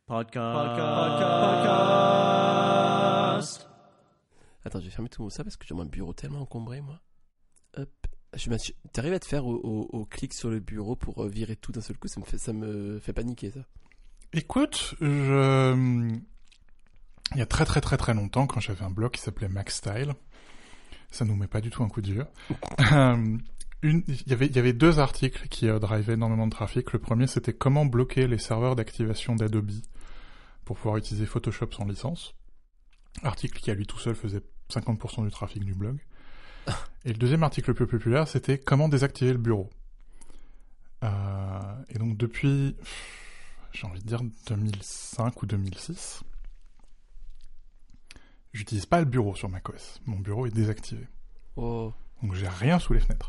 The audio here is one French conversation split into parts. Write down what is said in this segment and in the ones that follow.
Podcast. Attends, je vais fermer tout ça parce que j'ai un bureau tellement encombré, moi. Hop. T'arrives à te faire au clic sur le bureau pour virer tout d'un seul coup, ça me fait paniquer, ça. Écoute, il y a très très très très longtemps, quand j'avais un blog qui s'appelait MacStyle, ça nous met pas du tout un coup de vieux. Il y avait deux articles qui drivaient énormément de trafic. Le premier, c'était comment bloquer les serveurs d'activation d'Adobe pour pouvoir utiliser Photoshop sans licence. Article qui à lui tout seul faisait 50% du trafic du blog. Et le deuxième article le plus populaire, c'était comment désactiver le bureau. Et donc depuis, j'ai envie de dire 2005 ou 2006, j'utilise pas le bureau sur macOS. Mon bureau est désactivé. Oh. Donc j'ai rien sous les fenêtres.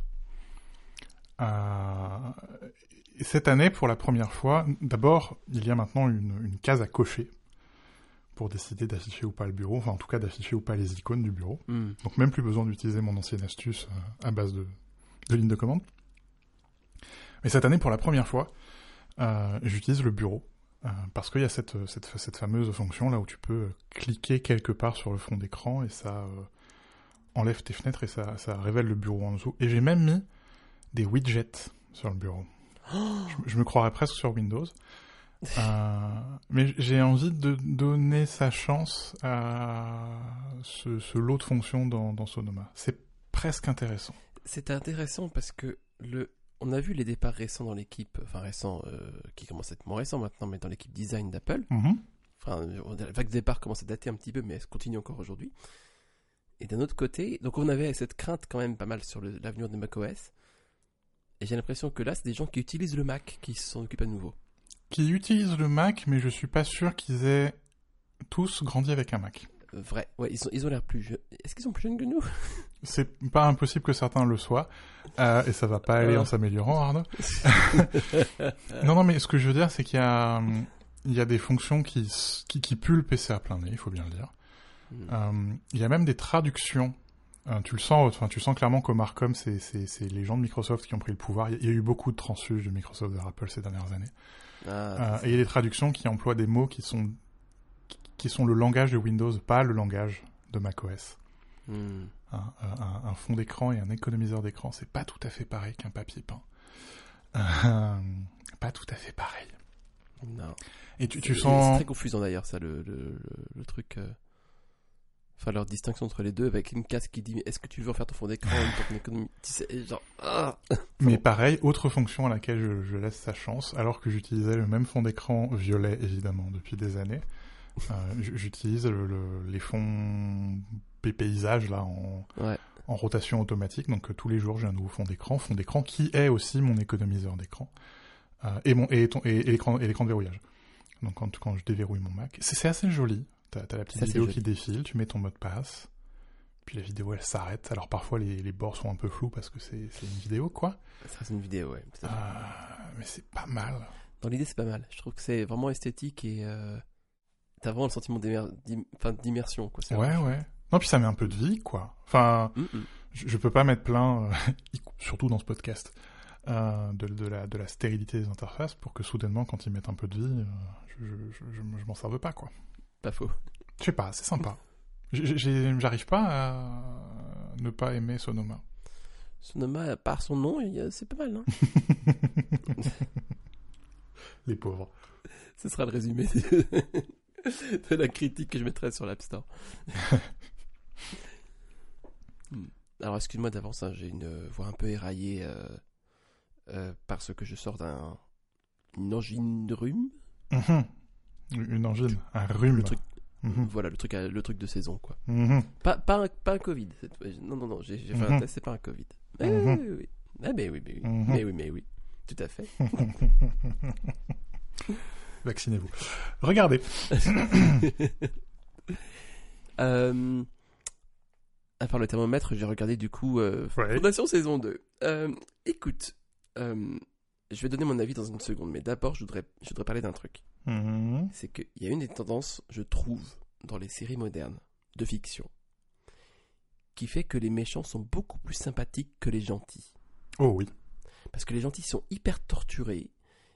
Et cette année, pour la première fois, d'abord, il y a maintenant une case à cocher pour décider d'afficher ou pas le bureau, enfin en tout cas d'afficher ou pas les icônes du bureau. Donc même plus besoin d'utiliser mon ancienne astuce à base de ligne de commande. Mais cette année, pour la première fois, j'utilise le bureau, parce qu'il y a cette fameuse fonction là où tu peux cliquer quelque part sur le fond d'écran et ça enlève tes fenêtres et ça révèle le bureau en dessous. Et j'ai même mis des widgets sur le bureau. Je me croirais presque sur Windows. Mais j'ai envie de donner sa chance à ce lot de fonctions dans Sonoma. C'est presque intéressant. C'est intéressant parce que on a vu les départs récents dans l'équipe, enfin récents, qui commencent à être moins récents maintenant, mais dans l'équipe design d'Apple. Enfin, la vague de départ commence à dater un petit peu, mais elle continue encore aujourd'hui. Et d'un autre côté, donc on avait cette crainte quand même pas mal sur l'avenir de macOS. Et j'ai l'impression que là, c'est des gens qui utilisent le Mac qui s'en occupent à nouveau. Qui utilisent le Mac, mais je suis pas sûr qu'ils aient tous grandi avec un Mac. Vrai, ouais, ils ont l'air plus jeunes. Est-ce qu'ils sont plus jeunes que nous ? C'est pas impossible que certains le soient, et ça va pas aller en s'améliorant, Arnaud. Non, mais ce que je veux dire, c'est qu'il y a des fonctions qui puent le PC à plein nez, il faut bien le dire. Il y a même des traductions. Tu sens clairement qu'au Marcom, c'est les gens de Microsoft qui ont pris le pouvoir. Il y a eu beaucoup de transfuges de Microsoft vers Apple ces dernières années. Et il y a des traductions qui emploient des mots qui sont le langage de Windows, pas le langage de macOS. Un fond d'écran et un économiseur d'écran, c'est pas tout à fait pareil qu'un papier peint. Pas tout à fait pareil. Non. Et tu sens... C'est très confusant d'ailleurs, ça, le truc... Enfin, leur distinction entre les deux, avec une case qui dit est-ce que tu veux refaire ton fond d'écran pour ton économie, tu sais, genre... Mais pareil, autre fonction à laquelle je laisse sa chance, alors que j'utilisais le même fond d'écran violet, évidemment, depuis des années. J'utilise les fonds paysages là en rotation automatique, donc tous les jours j'ai un nouveau fond d'écran qui est aussi mon économiseur d'écran et l'écran de verrouillage. Donc quand je déverrouille mon Mac, c'est assez joli. T'as la petite vidéo qui défile, tu mets ton mot de passe, puis la vidéo elle s'arrête. Alors parfois les bords sont un peu flous parce que c'est une vidéo quoi. Ça reste une vidéo, ouais. Mais c'est pas mal. Dans l'idée c'est pas mal. Je trouve que c'est vraiment esthétique et t'as vraiment le sentiment d'immersion quoi. Ouais. Non, puis ça met un peu de vie, quoi. Enfin, je peux pas mettre plein, surtout dans ce podcast, de la stérilité des interfaces pour que soudainement, quand ils mettent un peu de vie, je m'en serve pas, quoi. Pas faux. Je sais pas, c'est sympa. J'arrive pas à ne pas aimer Sonoma. Sonoma, par son nom, c'est pas mal, hein. Les pauvres. Ce sera le résumé de la critique que je mettrai sur l'App Store. Alors, excuse-moi d'avance, hein, j'ai une voix un peu éraillée parce que je sors d'une angine de rhume. Une angine, un rhume. Le truc, voilà, le truc de saison, quoi. Pas un Covid. Non, j'ai fait un test, c'est pas un Covid. Oui. Ah, mais oui. Tout à fait. Vaccinez-vous. Regardez. À part le thermomètre, j'ai regardé du coup Fondation saison 2. Écoute, je vais donner mon avis dans une seconde, mais d'abord je voudrais parler d'un truc. C'est qu'il y a une des tendances, je trouve, dans les séries modernes de fiction, qui fait que les méchants sont beaucoup plus sympathiques que les gentils. Oh oui. Parce que les gentils sont hyper torturés.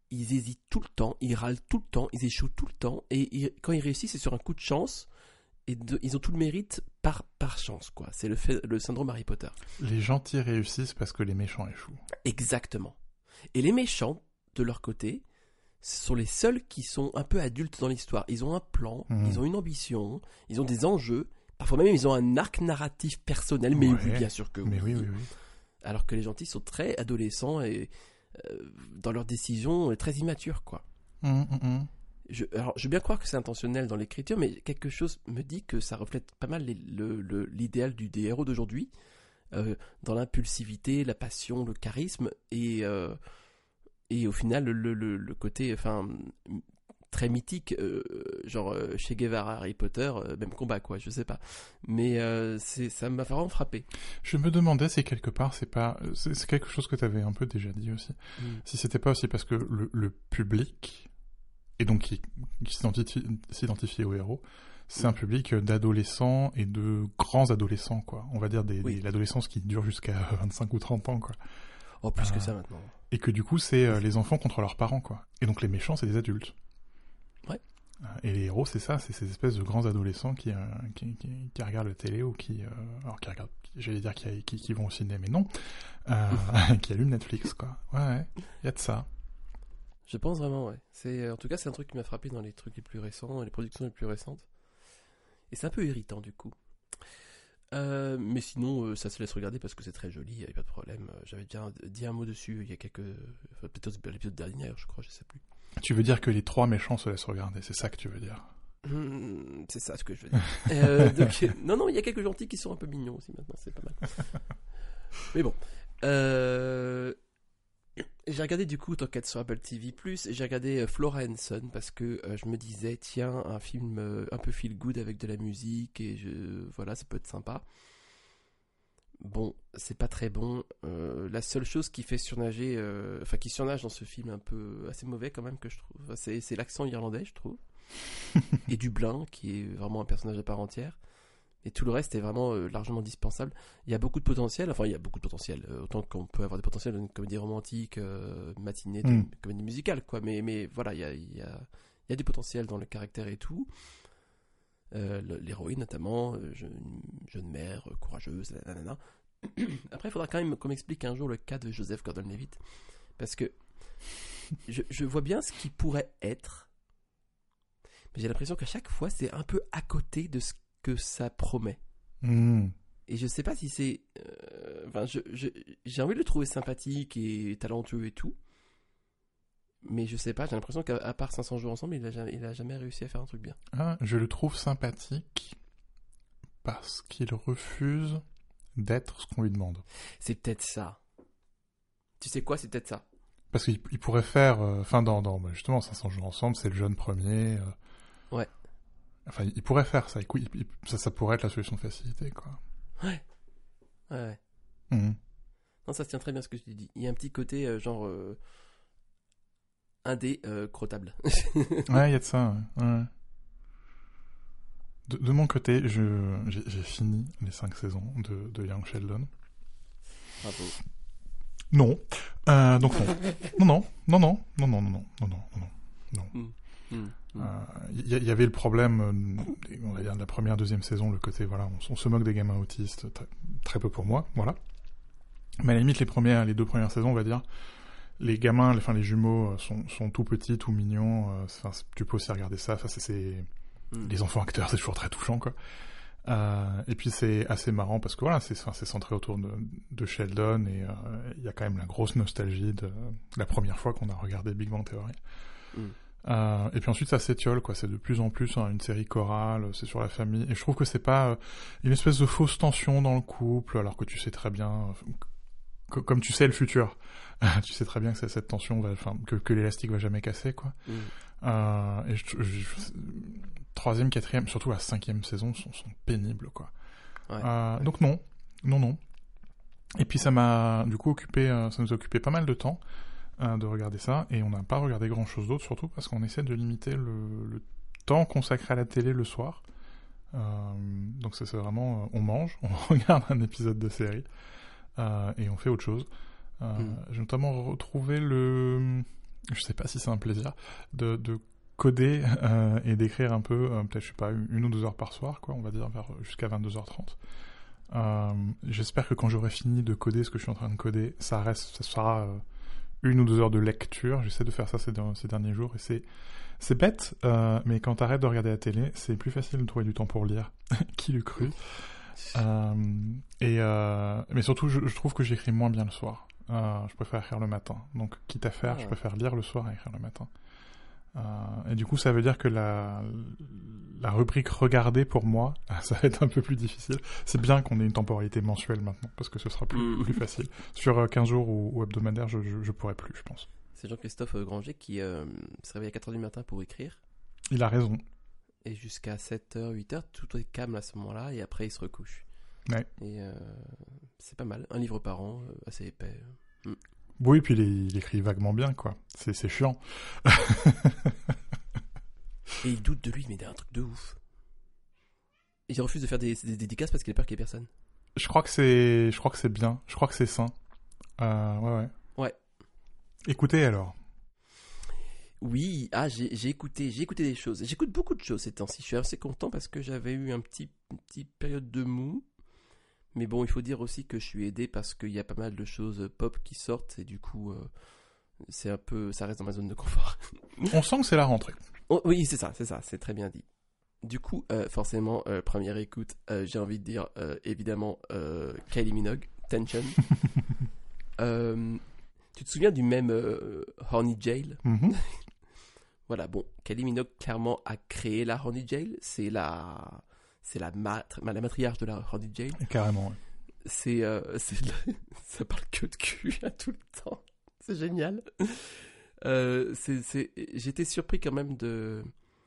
ils hésitent tout le temps, ils râlent tout le temps, ils échouent tout le temps, et quand ils réussissent, c'est sur un coup de chance, et ils ont tout le mérite par chance, quoi. C'est le syndrome Harry Potter. Les gentils réussissent parce que les méchants échouent. Exactement. Et les méchants, de leur côté, ce sont les seuls qui sont un peu adultes dans l'histoire. Ils ont un plan, ils ont une ambition, ils ont des enjeux, parfois même ils ont un arc narratif personnel, mais oui, bien sûr que mais oui. Alors que les gentils sont très adolescents et dans leurs décisions très immatures, quoi. Je veux bien croire que c'est intentionnel dans l'écriture, mais quelque chose me dit que ça reflète pas mal l'idéal des héros d'aujourd'hui, dans l'impulsivité, la passion, le charisme, et au final le côté très mythique, genre Che Guevara, Harry Potter, même combat, quoi, je sais pas. Mais ça m'a vraiment frappé. Je me demandais si quelque part c'est quelque chose que tu avais un peu déjà dit aussi. Si c'était pas aussi parce que le public, et donc qui s'identifie aux héros, c'est un public d'adolescents et de grands adolescents, quoi. On va dire l'adolescence qui dure jusqu'à 25 ou 30 ans, quoi. Oh, plus que ça maintenant. Et que du coup, c'est les enfants contre leurs parents, quoi. Et donc les méchants, c'est des adultes. Ouais. Et les héros, c'est ça, c'est ces espèces de grands adolescents qui regardent la télé ou qui regardent, j'allais dire qui vont au cinéma, mais non, qui allument Netflix, quoi. Ouais, il y a de ça. Je pense vraiment, ouais. En tout cas, c'est un truc qui m'a frappé dans les trucs les plus récents, les productions les plus récentes. Et c'est un peu irritant, du coup. Mais sinon, ça se laisse regarder parce que c'est très joli, il n'y a pas de problème. J'avais déjà dit un mot dessus il y a peut-être l'épisode dernier, je crois, je sais plus. Tu veux dire que les 3 méchants se laissent regarder, c'est ça que tu veux dire? C'est ça ce que je veux dire. Donc, non, il y a quelques gentils qui sont un peu mignons aussi maintenant, c'est pas mal. Mais bon. J'ai regardé du coup T'enquête sur Apple TV+, et j'ai regardé Flora and Son parce que je me disais, tiens, un film un peu feel good avec de la musique, et voilà, ça peut être sympa. Bon, c'est pas très bon. La seule chose qui fait surnager, qui surnage dans ce film un peu assez mauvais quand même, que je trouve, c'est l'accent irlandais, je trouve. Et Dublin, qui est vraiment un personnage à part entière. Et tout le reste est vraiment largement dispensable. Il y a beaucoup de potentiel, autant qu'on peut avoir des potentiels d'une comédie romantique, matinée, de comédie musicale, quoi. Mais voilà, il y a du potentiel dans le caractère et tout. L'héroïne notamment, jeune mère, courageuse, nanana. Après, il faudra quand même qu'on m'explique un jour le cas de Joseph Gordon-Levitt, parce que je vois bien ce qu'il pourrait être, mais j'ai l'impression qu'à chaque fois, c'est un peu à côté de ce que ça promet. Et je sais pas si c'est... j'ai envie de le trouver sympathique et talentueux et tout, mais je sais pas, j'ai l'impression qu'à part 500 jours ensemble, il a jamais réussi à faire un truc bien. Je le trouve sympathique parce qu'il refuse d'être ce qu'on lui demande. C'est peut-être ça. Tu sais quoi, c'est peut-être ça. Parce qu'il pourrait faire... justement, 500 jours ensemble, c'est le jeune premier... Ouais. Enfin, il pourrait faire ça. Ça pourrait être la solution de facilité, quoi. Ouais. Non, ça se tient très bien ce que tu dis. Il y a un petit côté indé crottable. Ouais, il y a de ça. Ouais. De mon côté, j'ai fini les 5 saisons de Young Sheldon. Bravo. Non. Donc non. Non. Il y avait le problème, on va dire, de la première, deuxième saison, le côté, voilà, on se moque des gamins autistes, très peu pour moi, voilà. Mais à la limite, les 2 premières saisons, on va dire, les gamins, les jumeaux sont tout petits, tout mignons, tu peux aussi regarder ça, les enfants acteurs, c'est toujours très touchant, quoi. Et puis c'est assez marrant parce que voilà, c'est centré autour de Sheldon, et il y a quand même la grosse nostalgie de la première fois qu'on a regardé Big Bang Theory. Et puis ensuite ça s'étiole, quoi. C'est de plus en plus une série chorale, c'est sur la famille, et je trouve que c'est pas une espèce de fausse tension dans le couple, alors que tu sais très bien, comme tu sais le futur, tu sais très bien que cette tension que l'élastique va jamais casser, quoi. Et troisième, quatrième, surtout la 5e saison sont pénibles, quoi. Ouais. Donc non. Et puis ça m'a du coup ça nous a occupé pas mal de temps de regarder ça, et on n'a pas regardé grand chose d'autre, surtout parce qu'on essaie de limiter le temps consacré à la télé le soir. Donc c'est vraiment, on mange, on regarde un épisode de série, et on fait autre chose. J'ai notamment retrouvé je sais pas si c'est un plaisir, de coder et d'écrire un peu, peut-être, je sais pas, 1 ou 2 heures par soir, quoi, on va dire, jusqu'à 22h30. J'espère que quand j'aurai fini de coder ce que je suis en train de coder, ça sera 1 ou 2 heures de lecture. J'essaie de faire ça ces derniers jours, et c'est bête, mais quand t'arrêtes de regarder la télé, c'est plus facile de trouver du temps pour lire. Qui l'eût cru. Mais surtout, je trouve que j'écris moins bien le soir. Je préfère écrire le matin. Donc, quitte à faire, je préfère lire le soir et écrire le matin. Et du coup, ça veut dire que la rubrique regarder pour moi, ça va être un peu plus difficile. C'est bien qu'on ait une temporalité mensuelle maintenant, parce que ce sera plus facile. Sur 15 jours ou hebdomadaire, je pourrais plus, je pense. C'est Jean-Christophe Granger qui se réveille à 4h du matin pour écrire. Il a raison. Et jusqu'à 7h, 8h, tout est calme à ce moment-là, et après il se recouche. Ouais. Et c'est pas mal. Un livre par an, assez épais. Oui, puis il écrit vaguement bien, quoi. C'est chiant. Et il doute de lui, mais il a un truc de ouf. Et il refuse de faire des dédicaces parce qu'il a peur qu'il y ait personne. Je crois que c'est bien. Je crois que c'est sain. Ouais. Écoutez alors. Oui, j'ai écouté des choses. J'écoute beaucoup de choses ces temps-ci. Je suis assez content parce que j'avais eu une petite période de mou. Mais bon, il faut dire aussi que je suis aidé parce qu'il y a pas mal de choses pop qui sortent et du coup, ça reste dans ma zone de confort. On sent que c'est la rentrée. Oh, oui, c'est ça, c'est très bien dit. Du coup, forcément, première écoute, j'ai envie de dire, évidemment, Kylie Minogue, Tension. Tu te souviens du même Horny Jail? Voilà, bon, Kylie Minogue clairement a créé la Horny Jail. C'est la matriarche de la Horny Jail. Carrément, ouais. Ça parle que de cul tout le temps. C'est génial. J'étais surpris quand même de...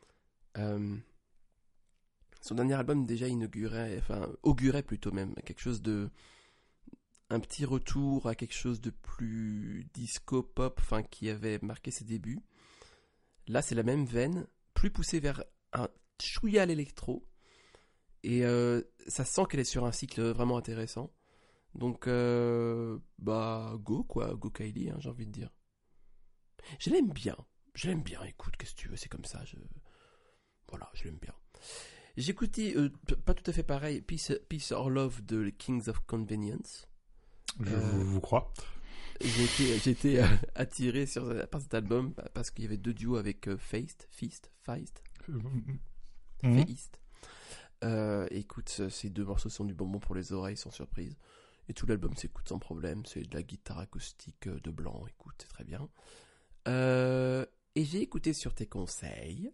son dernier album déjà augurait plutôt même quelque chose de... Un petit retour à quelque chose de plus disco-pop, qui avait marqué ses débuts. Là, c'est la même veine, plus poussée vers un chouïa à l'électro. Et ça sent qu'elle est sur un cycle vraiment intéressant. Donc, go Kylie, j'ai envie de dire. Je l'aime bien, écoute, qu'est-ce que tu veux, c'est comme ça, voilà, je l'aime bien. J'ai écouté, pas tout à fait pareil, Peace or Love de Kings of Convenience. Je vous crois. J'ai été attiré par cet album parce qu'il y avait 2 duos avec Feist. Écoute, ces 2 morceaux sont du bonbon pour les oreilles, sans surprise. Et tout l'album s'écoute sans problème. C'est de la guitare acoustique de blanc. Écoute, c'est très bien. Et j'ai écouté sur tes conseils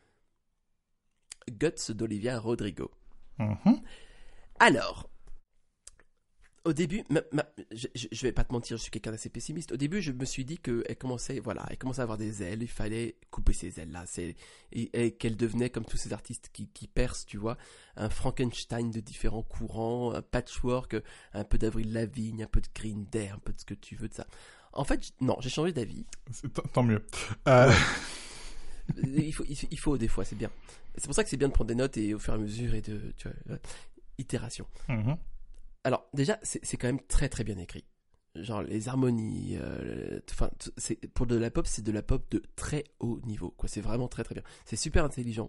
Guts d'Olivia Rodrigo. Alors, au début, je vais pas te mentir, je suis quelqu'un d'assez pessimiste. Au début, je me suis dit qu'elle commençait à avoir des ailes. Il fallait couper ces ailes-là. Et qu'elle devenait, comme tous ces artistes qui percent, tu vois, un Frankenstein de différents courants, un patchwork, un peu d'Avril Lavigne, un peu de Green Day, un peu de ce que tu veux de ça. En fait, non, j'ai changé d'avis. Tant mieux. Il faut des fois, c'est bien. C'est pour ça que c'est bien de prendre des notes et au fur et à mesure et de, tu vois, itération. Alors, déjà, c'est quand même très très bien écrit. Genre, les harmonies, pour de la pop, c'est de la pop de très haut niveau, quoi. C'est vraiment très très bien. C'est super intelligent.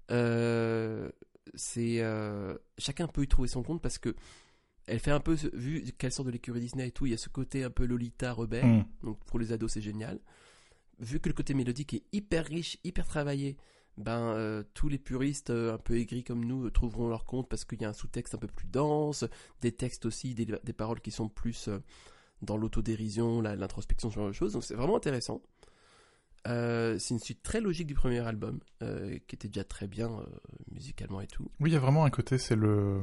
Chacun peut y trouver son compte parce que elle fait un peu, vu qu'elle sort de l'écurie Disney et tout, il y a ce côté un peu Lolita rebelle. Donc, pour les ados, c'est génial. Vu que le côté mélodique est hyper riche, hyper travaillé, tous les puristes un peu aigris comme nous trouveront leur compte parce qu'il y a un sous-texte un peu plus dense, des textes aussi, des paroles qui sont plus dans l'autodérision, l'introspection, ce genre de choses. Donc c'est vraiment intéressant. C'est une suite très logique du premier album, qui était déjà très bien musicalement et tout. Oui, il y a vraiment un côté, c'est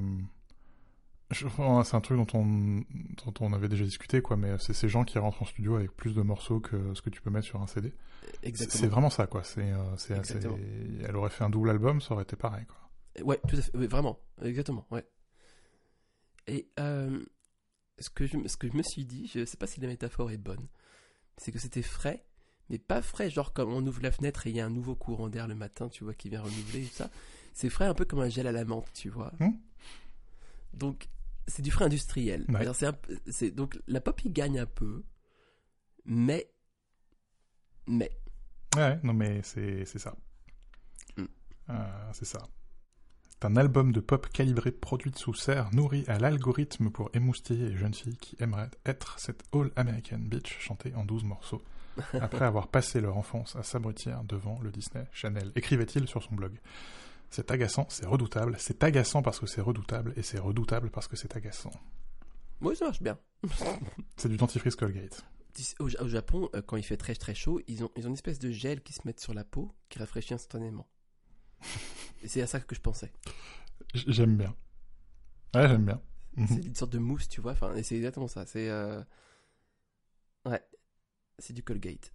un truc dont on avait déjà discuté, quoi, mais c'est ces gens qui rentrent en studio avec plus de morceaux que ce que tu peux mettre sur un CD. Exactement. C'est vraiment ça, quoi. Elle aurait fait un double album, ça aurait été pareil, quoi. Ouais, tout à fait, ouais, vraiment, exactement, ouais. Et ce que je me suis dit, je sais pas si la métaphore est bonne, c'est que c'était frais, mais pas frais, genre comme on ouvre la fenêtre et il y a un nouveau courant d'air le matin, tu vois, qui vient renouveler et tout ça. C'est frais un peu comme un gel à la menthe, tu vois. Donc, c'est du frais industriel. Ouais. Donc, la pop, il gagne un peu, mais Mais. Ouais, non mais c'est ça. C'est ça. C'est un album de pop calibré, produit sous serre, nourri à l'algorithme pour émoustiller les jeunes filles qui aimeraient être cette All American Bitch chantée en 12 morceaux, après avoir passé leur enfance à s'abrutir devant le Disney Channel, écrivait-il sur son blog. C'est agaçant, c'est redoutable, c'est agaçant parce que c'est redoutable, et c'est redoutable parce que c'est agaçant. Oui, ça marche bien. C'est du dentifrice Colgate. Au Japon, quand il fait très très chaud, ils ont une espèce de gel qui se met sur la peau, qui rafraîchit instantanément. Et c'est à ça que je pensais. J'aime bien. Ouais, j'aime bien. C'est une sorte de mousse, tu vois. Enfin, et c'est exactement ça. C'est ouais, c'est du Colgate.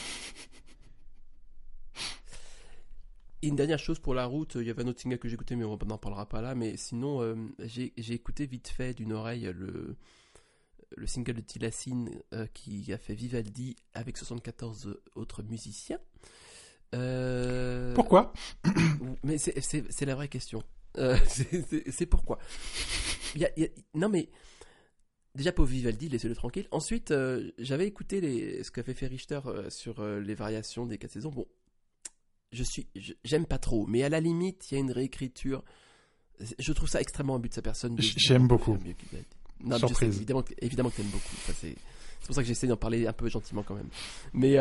Et une dernière chose pour la route, il y avait un autre single que j'ai écouté, mais on n'en parlera pas là. Mais sinon, j'ai écouté vite fait d'une oreille le single de Tilassine qui a fait Vivaldi avec 74 autres musiciens. Pourquoi? Mais c'est la vraie question. C'est pourquoi. Non mais déjà pour Vivaldi, laissez-le tranquille. Ensuite, j'avais écouté ce qu'a fait Richter sur les variations des 4 saisons. Bon, j'aime pas trop, mais à la limite, il y a une réécriture. Je trouve ça extrêmement abus de sa personne. J'aime beaucoup. Non, mais je sais, évidemment que t'aimes beaucoup. Ça, c'est pour ça que j'essaie d'en parler un peu gentiment quand même. Mais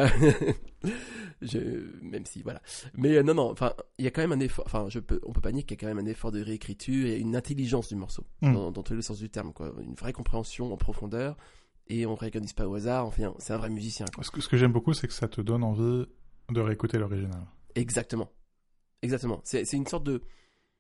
même si voilà. Mais non. Enfin, il y a quand même un effort. Enfin, on peut pas nier qu'il y a quand même un effort de réécriture et une intelligence du morceau dans tous les sens du terme, quoi. Une vraie compréhension en profondeur et on réorganise pas au hasard. Enfin, c'est un vrai musicien, quoi. Ce que j'aime beaucoup, c'est que ça te donne envie de réécouter l'original. Exactement. C'est une sorte de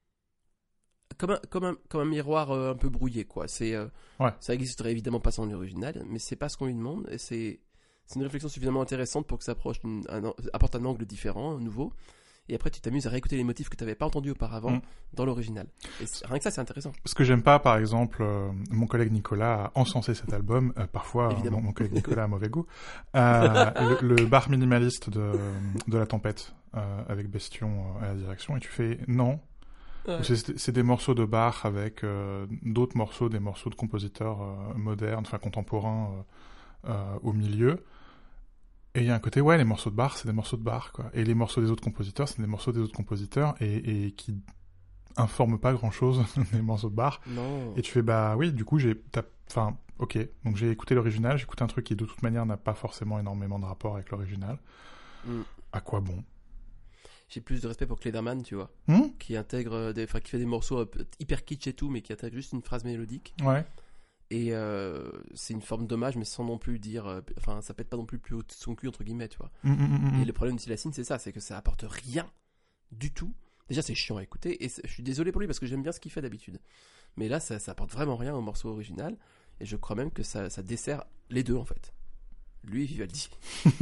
comme un miroir un peu brouillé, quoi. Ouais. Ça existerait évidemment pas sans l'original, mais c'est pas ce qu'on lui demande. Et c'est une réflexion suffisamment intéressante pour que ça apporte un angle différent, un nouveau. Et après, tu t'amuses à réécouter les motifs que tu n'avais pas entendus auparavant dans l'original. Et rien que ça, c'est intéressant. Ce que j'aime pas, par exemple, mon collègue Nicolas a encensé cet album. Parfois, mon collègue Nicolas a mauvais goût. Le bar minimaliste de La Tempête, avec Bestion à la direction. Et tu fais non. Ouais. C'est des morceaux de Bach avec d'autres morceaux, des morceaux de compositeurs modernes, enfin contemporains au milieu. Et il y a un côté, ouais, les morceaux de Bach, c'est des morceaux de Bach, quoi. Et les morceaux des autres compositeurs, c'est des morceaux des autres compositeurs et qui informent pas grand-chose des morceaux de Bach. Non. Et tu fais, bah oui, du coup, ok. Donc j'ai écouté l'original, j'ai écouté un truc qui de toute manière n'a pas forcément énormément de rapport avec l'original. À quoi bon? J'ai plus de respect pour Klederman, tu vois, qui intègre qui fait des morceaux hyper kitsch et tout, mais qui intègre juste une phrase mélodique. Ouais. Et c'est une forme d'hommage, mais sans non plus dire, ça pète pas non plus haut de son cul, entre guillemets, tu vois. Et le problème de Tilassine, c'est ça, c'est que ça apporte rien du tout. Déjà, c'est chiant à écouter, et je suis désolé pour lui parce que j'aime bien ce qu'il fait d'habitude. Mais là, ça apporte vraiment rien au morceau original, et je crois même que ça dessert les deux, en fait. Lui et Vivaldi.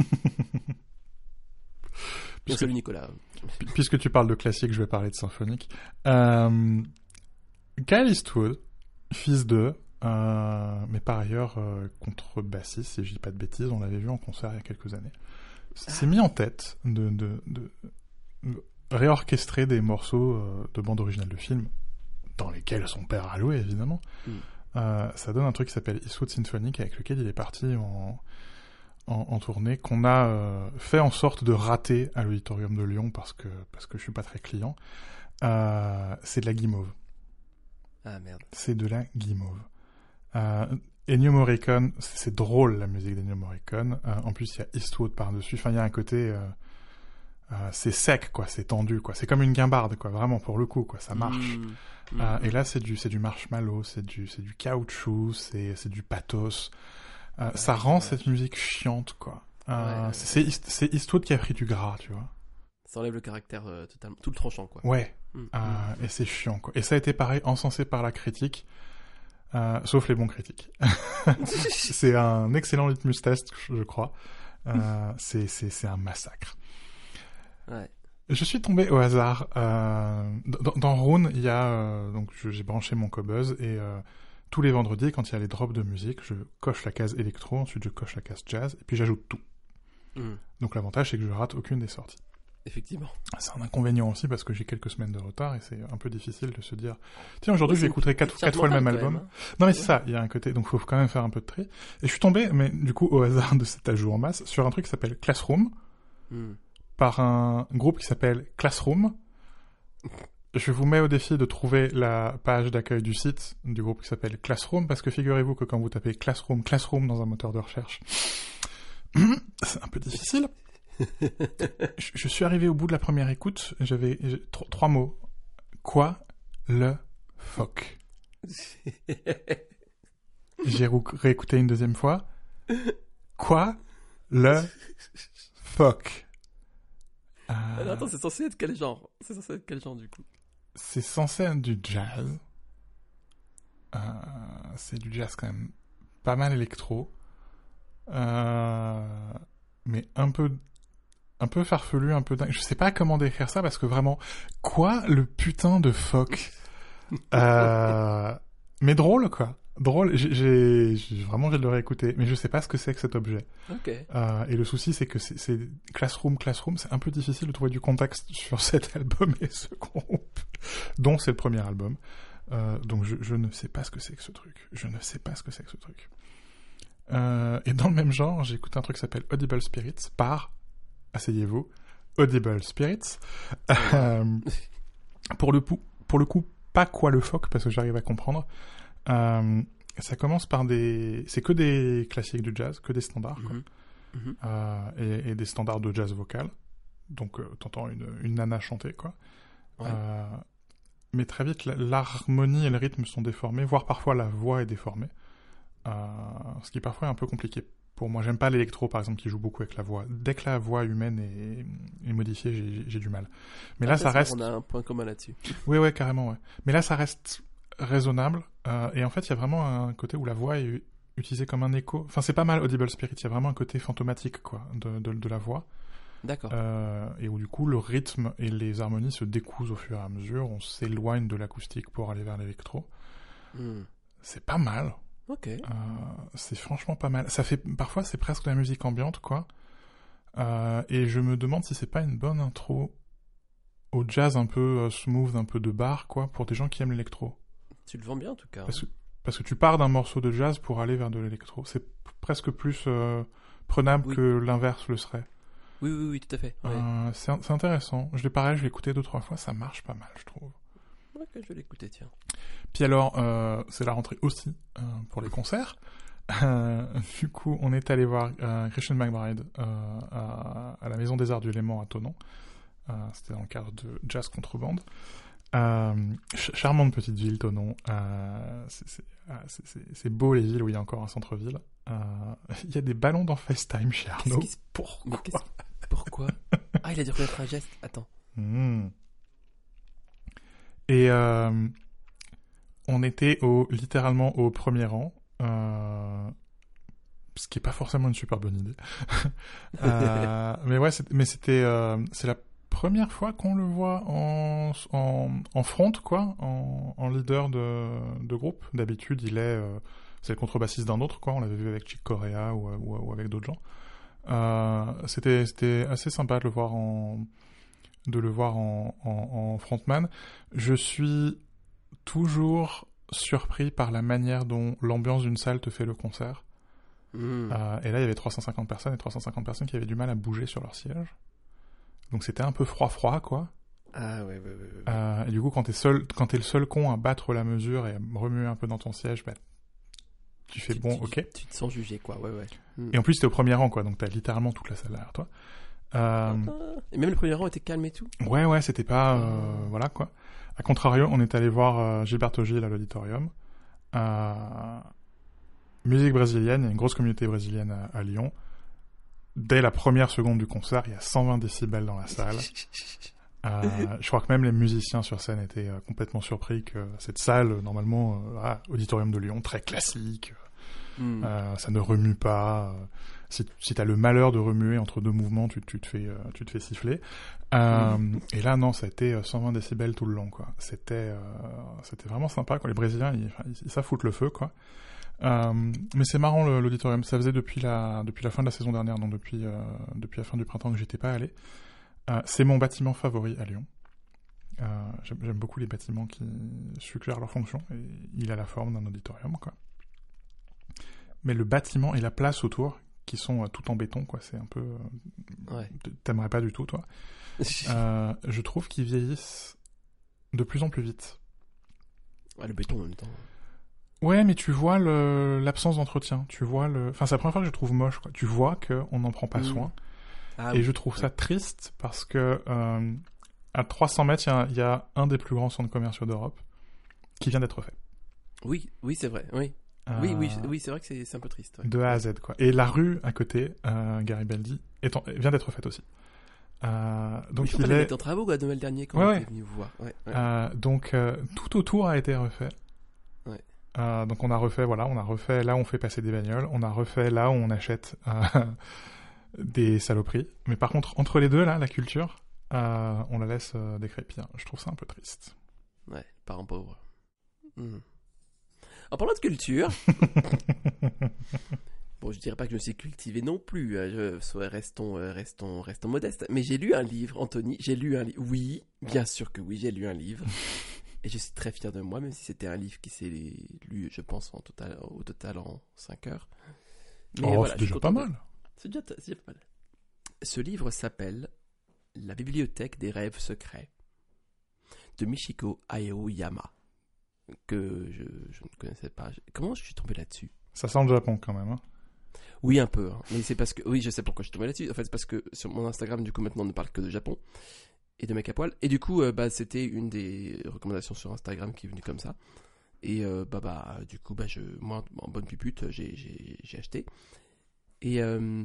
Salut Nicolas. Puisque tu parles de classique, je vais parler de symphonique. Kyle Eastwood, fils de, mais par ailleurs contrebassiste, si je dis pas de bêtises, on l'avait vu en concert il y a quelques années, s'est mis en tête de réorchestrer des morceaux de bande originale de film, dans lesquels son père a joué évidemment. Ça donne un truc qui s'appelle Eastwood Symphonic, avec lequel il est parti en tournée, qu'on a fait en sorte de rater à l'Auditorium de Lyon parce que je suis pas très client. C'est de la guimauve. Ah merde. C'est de la guimauve. Ennio Morricone, c'est drôle la musique d'Ennio Morricone. En plus il y a Eastwood par-dessus. Enfin il y a un côté, c'est sec quoi, c'est tendu quoi. C'est comme une guimbarde quoi, vraiment pour le coup quoi, ça marche. Et là c'est du marshmallow, c'est du caoutchouc, c'est du pathos. Ça rend cette musique chiante, quoi. C'est Eastwood qui a pris du gras, tu vois. Ça enlève le caractère totalement, tout le tranchant, quoi. Ouais. Et c'est chiant, quoi. Et ça a été pareil, encensé par la critique, sauf les bons critiques. C'est un excellent litmus test, je crois. C'est un massacre. Ouais. Je suis tombé au hasard. Dans Rune, il y a... donc j'ai branché mon Qobuz et... tous les vendredis, quand il y a les drops de musique, je coche la case électro, ensuite je coche la case jazz, et puis j'ajoute tout. Donc l'avantage, c'est que je rate aucune des sorties. Effectivement. C'est un inconvénient aussi, parce que j'ai quelques semaines de retard, et c'est un peu difficile de se dire, tiens, aujourd'hui, je vais écouter 4 fois le même album. Même, hein. Non, mais c'est ça, il y a un côté, donc il faut quand même faire un peu de tri. Et je suis tombé, mais du coup, au hasard de cet ajout en masse, sur un truc qui s'appelle Classroom, par un groupe qui s'appelle Classroom. Je vous mets au défi de trouver la page d'accueil du site du groupe qui s'appelle Classroom, parce que figurez-vous que quand vous tapez Classroom dans un moteur de recherche, c'est un peu difficile. Je suis arrivé au bout de la première écoute, j'avais 3 mots. Quoi le fuck? J'ai réécouté une deuxième fois. Quoi le fuck? Alors, attends, c'est censé être quel genre? Du coup? C'est censé être du jazz. C'est du jazz quand même pas mal électro. Mais un peu farfelu, un peu dingue. Je sais pas comment décrire ça parce que vraiment, quoi le putain de fuck? Mais drôle, quoi. Drôle. J'ai vraiment envie de le réécouter, mais je sais pas ce que c'est que cet objet. Ok. Et le souci, c'est que c'est Classroom, c'est un peu difficile de trouver du contexte sur cet album et ce groupe, dont c'est le premier album. Donc je ne sais pas ce que c'est que ce truc. Et dans le même genre, j'ai écouté un truc qui s'appelle Audible Spirits par, asseyez-vous, Audible Spirits. Pour le coup, pas quoi le fuck, parce que j'arrive à comprendre. Ça commence par c'est que des classiques du jazz, que des standards, quoi. Et des standards de jazz vocal. Donc, t'entends une nana chanter, quoi. Ouais. Mais très vite, l'harmonie et le rythme sont déformés, voire parfois la voix est déformée. Ce qui parfois est un peu compliqué pour moi. J'aime pas l'électro, par exemple, qui joue beaucoup avec la voix. Dès que la voix humaine est modifiée, j'ai du mal. Mais là, ça reste... On a un point commun là-dessus. Oui, carrément, ouais. Mais là, ça reste raisonnable. Et en fait, il y a vraiment un côté où la voix est utilisée comme un écho. Enfin, c'est pas mal Audible Spirit. Il y a vraiment un côté fantomatique, quoi, de la voix. D'accord. Et où, du coup, le rythme et les harmonies se décousent au fur et à mesure. On s'éloigne de l'acoustique pour aller vers l'électro. C'est pas mal. Ok. C'est franchement pas mal. Parfois, c'est presque de la musique ambiante, quoi. Et je me demande si c'est pas une bonne intro au jazz un peu smooth, un peu de bar, quoi, pour des gens qui aiment l'électro. Tu le vends bien, en tout cas. Parce que tu pars d'un morceau de jazz pour aller vers de l'électro. C'est presque plus prenable que l'inverse le serait. Oui, tout à fait. Ouais. C'est intéressant. Je l'ai écouté 2-3 fois, ça marche pas mal, je trouve. Ok, je vais l'écouter, tiens. Puis alors, c'est la rentrée aussi pour les concerts. Du coup, on est allé voir Christian McBride à la Maison des Arts du Léman à Thonon. C'était dans le cadre de Jazz Contrebande. Charmante petite ville, Thonon. C'est beau les villes où il y a encore un centre-ville. Il y a des ballons dans FaceTime chez Arnaud. Pourquoi Ah, il a dû reconnaître un geste. Attends. Et on était littéralement au premier rang. Ce qui est pas forcément une super bonne idée. Mais ouais, c'est la première fois qu'on le voit en front, quoi, en leader de groupe. D'habitude, c'est le contrebassiste d'un autre, quoi. On l'avait vu avec Chick Corea ou avec d'autres gens. C'était assez sympa de le voir en frontman. Je suis toujours surpris par la manière dont l'ambiance d'une salle te fait le concert. Et là, il y avait 350 personnes qui avaient du mal à bouger sur leur siège. Donc c'était un peu froid, quoi. Ah ouais. Et du coup, quand t'es le seul con à battre la mesure et à remuer un peu dans ton siège, bah, tu fais ok. Tu te sens jugé, quoi, ouais. Et en plus, t'es au premier rang, quoi, donc t'as littéralement toute la salle derrière toi. Et même le premier rang était calme et tout. Ouais, c'était pas... voilà, quoi. A contrario, on est allé voir Gilberto Gil à l'auditorium. Musique brésilienne, il y a une grosse communauté brésilienne à Lyon. Dès la première seconde du concert, il y a 120 décibels dans la salle. Je crois que même les musiciens sur scène étaient complètement surpris que cette salle, normalement, auditorium de Lyon, très classique, ça ne remue pas. Si t'as le malheur de remuer entre deux mouvements, tu te fais siffler. Et là, non, ça a été 120 décibels tout le long, quoi. C'était vraiment sympa, quoi. Les Brésiliens, ils savent foutre le feu, quoi. Mais c'est marrant, l'auditorium. Ça faisait depuis la fin de la saison dernière, donc depuis la fin du printemps que j'étais pas allé. C'est mon bâtiment favori à Lyon. J'aime beaucoup les bâtiments qui suggèrent leur fonction, et il a la forme d'un auditorium, quoi. Mais le bâtiment et la place autour, qui sont tout en béton, quoi. C'est un peu... Ouais. T'aimerais pas du tout, toi. Je trouve qu'ils vieillissent de plus en plus vite. Ouais, le béton en même temps. Ouais, mais tu vois l'absence d'entretien. Tu vois Enfin, c'est la première fois que je trouve moche, quoi. Tu vois qu'on n'en prend pas soin. Et je trouve ça triste parce que à 300 mètres, il y a un des plus grands centres commerciaux d'Europe qui vient d'être fait. Oui, c'est vrai, oui. Oui, c'est vrai que c'est un peu triste. Ouais. De A à Z, quoi. Et la rue à côté, Garibaldi, vient d'être faite aussi. Donc il est en travaux, quoi, Noël dernier, quand on est venu vous voir. Ouais. Donc, tout autour a été refait. Ouais. Donc, on a refait là où on fait passer des bagnoles, on a refait là où on achète des saloperies. Mais par contre, entre les deux, là, la culture, on la laisse décrépir. Je trouve ça un peu triste. Ouais, parents pauvres. En parlant de culture, bon, je dirais pas que je me suis cultivé non plus, restons modestes, mais j'ai lu un livre, Anthony, oui, bien sûr que oui, j'ai lu un livre, et je suis très fier de moi, même si c'était un livre qui s'est lu, je pense, au total en 5 heures. Mais voilà, c'est déjà pas mal. C'est déjà pas mal. Ce livre s'appelle La bibliothèque des rêves secrets, de Michiko Aoyama, que je ne connaissais pas. Comment je suis tombé là-dessus? Ça sent le Japon quand même, hein. Oui, un peu. Hein. Mais c'est parce que... Oui, je sais pourquoi je suis tombé là-dessus. En fait, c'est parce que sur mon Instagram, du coup, maintenant, on ne parle que de Japon et de mecs à poil. Et du coup, c'était une des recommandations sur Instagram qui est venue comme ça. Et du coup, moi, en bonne pupute, j'ai acheté. Et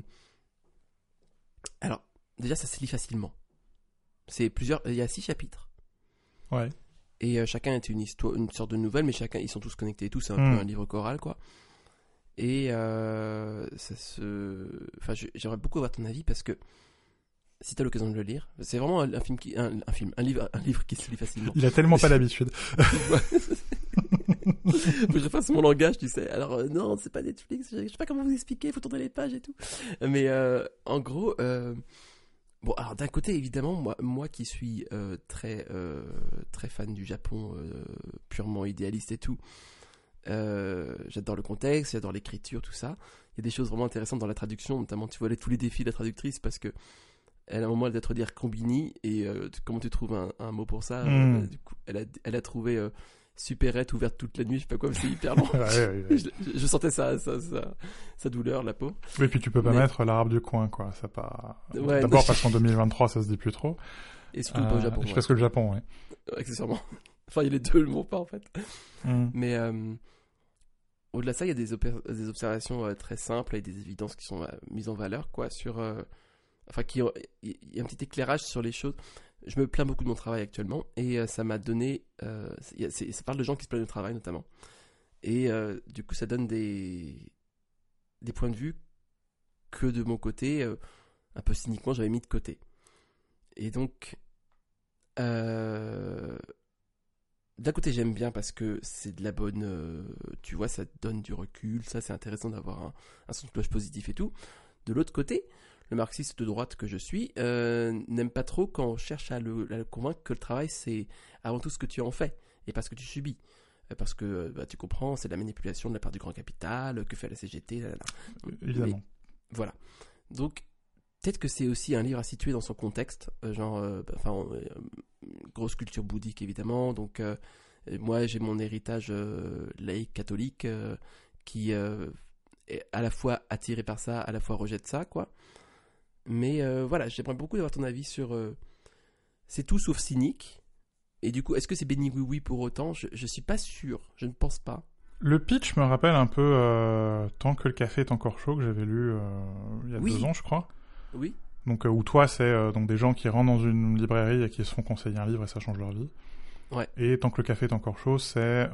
alors, déjà, ça se lit facilement. Il y a 6 chapitres. Ouais. Et chacun est une histoire, une sorte de nouvelle, mais ils sont tous connectés et tout. C'est un peu un livre choral, quoi. Et j'aimerais beaucoup avoir ton avis parce que si t'as l'occasion de le lire, c'est vraiment un livre qui se lit facilement. Il a tellement pas l'habitude. Faut que je fasse mon langage, tu sais. Alors non, c'est pas Netflix, je sais pas comment vous expliquer, faut tourner les pages et tout. Mais en gros, bon, alors d'un côté évidemment, moi qui suis très fan du Japon, purement idéaliste et tout. J'adore le contexte, j'adore l'écriture, tout ça. Il y a des choses vraiment intéressantes dans la traduction, notamment tu vois tous les défis de la traductrice parce que elle a un moment elle doit te dire combini et comment tu trouves un mot pour ça. Du coup, elle a trouvé supérette ouverte toute la nuit, je sais pas quoi, c'est hyper long. Ouais. Je sentais sa douleur, la peau. Oui, puis tu peux pas mettre l'arabe du coin, quoi. Ça pas. Ouais, d'abord parce qu'en 2023 ça se dit plus trop. Et surtout pas au Japon. Parce que le Japon, ouais. Accessoirement. Enfin, il y a les deux, le mot pas en fait. Mais au-delà de ça, il y a des observations très simples et des évidences qui sont mises en valeur, quoi, sur... il y a un petit éclairage sur les choses. Je me plains beaucoup de mon travail actuellement, et ça m'a donné... ça parle de gens qui se plaignent du travail, notamment. Et du coup, ça donne des points de vue que de mon côté, un peu cyniquement, j'avais mis de côté. Et donc... d'un côté j'aime bien parce que c'est de la bonne tu vois, ça te donne du recul, ça c'est intéressant d'avoir un son de cloche positif et tout. De l'autre côté, le marxiste de droite que je suis n'aime pas trop quand on cherche à le convaincre que le travail c'est avant tout ce que tu en fais et pas ce que tu subis, parce que tu comprends, c'est de la manipulation de la part du grand capital que fait la CGT, évidemment. Mais, voilà, donc peut-être que c'est aussi un livre à situer dans son contexte, grosse culture bouddhique évidemment, donc moi j'ai mon héritage laïque catholique qui est à la fois attiré par ça, à la fois rejette ça, quoi. Mais voilà, j'aimerais beaucoup avoir ton avis sur... c'est tout sauf cynique, et du coup, est-ce que c'est béni oui pour autant? Je suis pas sûr, je ne pense pas. Le pitch me rappelle un peu Tant que le café est encore chaud, que j'avais lu il y a 2 ans, je crois. Oui. Donc où toi c'est donc des gens qui rentrent dans une librairie et qui se font conseiller un livre et ça change leur vie. Ouais. Et Tant que le café est encore chaud, c'est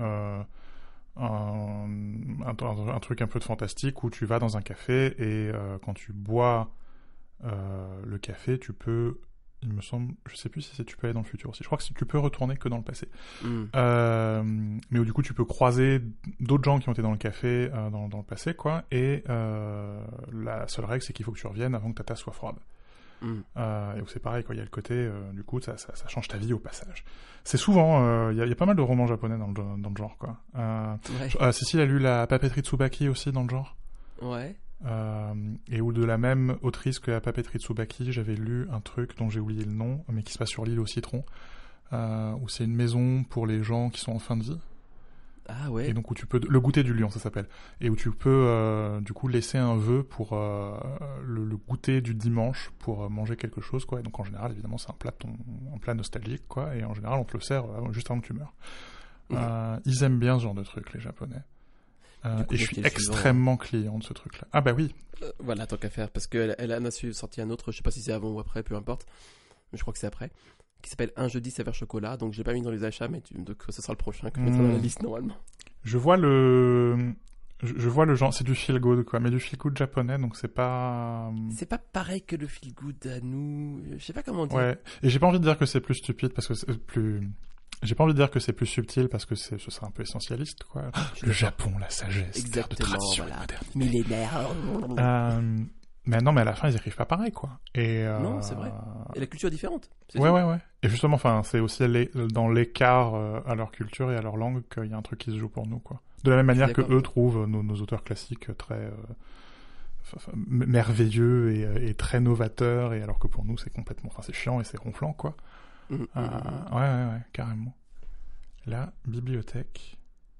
un truc un peu de fantastique où tu vas dans un café et quand tu bois le café, tu peux, il me semble, je sais plus si tu peux aller dans le futur aussi. Je crois que tu peux retourner que dans le passé. Mais où du coup tu peux croiser d'autres gens qui ont été dans le café dans le passé, quoi. Et la seule règle c'est qu'il faut que tu reviennes avant que ta tasse soit froide. Et où c'est pareil, quoi. Il y a le côté du coup ça change ta vie au passage. C'est souvent il y a pas mal de romans japonais dans le genre, quoi. Cécile a lu La papeterie de Tsubaki aussi dans le genre. Ouais. et où de la même autrice que la papeterie Tsubaki, j'avais lu un truc dont j'ai oublié le nom, mais qui se passe sur l'île au citron, où c'est une maison pour les gens qui sont en fin de vie. Ah ouais. Et donc où tu peux, le goûter du lion, ça s'appelle, et où tu peux du coup laisser un vœu pour le goûter du dimanche pour manger quelque chose, quoi. Et donc en général, évidemment, c'est un plat nostalgique, quoi. Et en général, on te le sert juste avant que tu meurs. Ils aiment bien ce genre de truc, les Japonais. Et je suis extrêmement client de ce truc-là. Ah bah oui. Voilà, tant qu'à faire, parce qu'elle en a sorti un autre, je sais pas si c'est avant ou après, peu importe, mais je crois que c'est après, qui s'appelle Un jeudi saveur chocolat, donc je l'ai pas mis dans les achats, mais donc ce sera le prochain que je mettrai dans la liste normalement. Je vois le genre, c'est du feel good, quoi, mais du feel good japonais, donc c'est pas pareil que le feel good à nous, je sais pas comment dire. Ouais, et j'ai pas envie de dire que c'est plus stupide parce que c'est plus... J'ai pas envie de dire que c'est plus subtil parce que ce serait un peu essentialiste, quoi. Le Japon, la sagesse, terre de tradition et modernité. Millénaire. Mais non, mais à la fin, ils écrivent pas pareil, quoi. Non, c'est vrai. Et la culture est différente. Ouais. Et justement, enfin, c'est aussi dans l'écart à leur culture et à leur langue qu'il y a un truc qui se joue pour nous, quoi. De la même manière que eux trouvent nos auteurs classiques très merveilleux et très novateurs, et alors que pour nous, c'est complètement... Enfin, c'est chiant et c'est ronflant, quoi. Ouais, carrément. La bibliothèque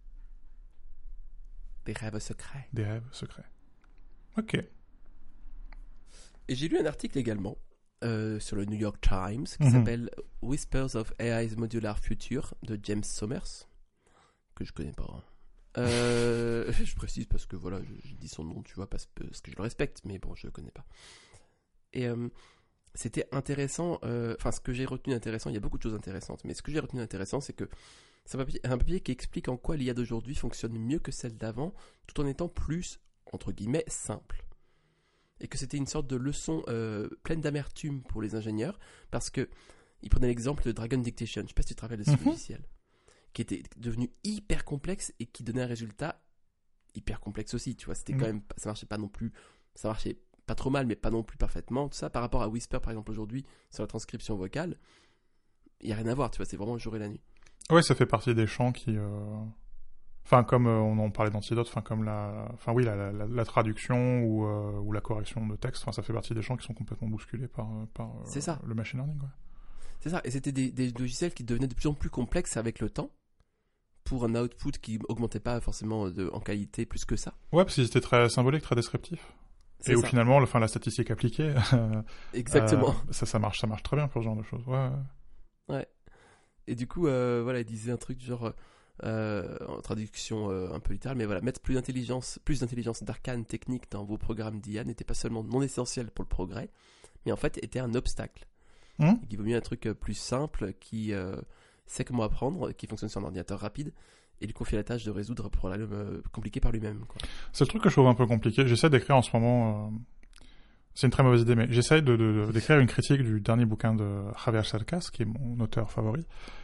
des rêves secrets. Ok. Et j'ai lu un article également sur le New York Times qui s'appelle Whispers of AI's Modular Future de James Sommers, que je connais pas. Je précise parce que voilà, je dis son nom, tu vois, parce que je le respecte, mais bon, je le connais pas. Et c'était intéressant, ce que j'ai retenu intéressant, il y a beaucoup de choses intéressantes, mais ce que j'ai retenu intéressant, c'est que c'est un papier qui explique en quoi l'IA d'aujourd'hui fonctionne mieux que celle d'avant, tout en étant plus, entre guillemets, simple. Et que c'était une sorte de leçon pleine d'amertume pour les ingénieurs, parce que il prenait l'exemple de Dragon Dictation, je sais pas si tu te rappelles de ce logiciel, qui était devenu hyper complexe et qui donnait un résultat hyper complexe aussi, tu vois, c'était quand même, ça marchait pas non plus, ça marchait pas trop mal, mais pas non plus parfaitement, tout ça, par rapport à Whisper, par exemple, aujourd'hui, sur la transcription vocale, il y a rien à voir, tu vois, c'est vraiment le jour et la nuit. Ouais, ça fait partie des champs qui... Enfin, comme on en parlait d'Antidote, comme la traduction ou la correction de texte, ça fait partie des champs qui sont complètement bousculés par le machine learning. Ouais. C'est ça, et c'était des logiciels qui devenaient de plus en plus complexes avec le temps, pour un output qui augmentait pas forcément en qualité plus que ça. Ouais, parce qu'ils étaient très symboliques, très descriptifs. Et où finalement, la statistique appliquée, exactement. Ça marche très bien pour ce genre de choses. Ouais. Et du coup, il disait un truc du genre, en traduction un peu littérale, mais voilà, mettre plus d'intelligence d'arcane technique dans vos programmes d'IA n'était pas seulement non essentiel pour le progrès, mais en fait était un obstacle. Il vaut mieux un truc plus simple qui sait comment apprendre, qui fonctionne sur un ordinateur rapide, et lui confier la tâche de résoudre un problème compliqué par lui-même, quoi. C'est le truc que je trouve un peu compliqué. J'essaie d'écrire en ce moment... C'est une très mauvaise idée, mais j'essaie d'écrire une critique du dernier bouquin de Javier Cercas, qui est mon auteur favori,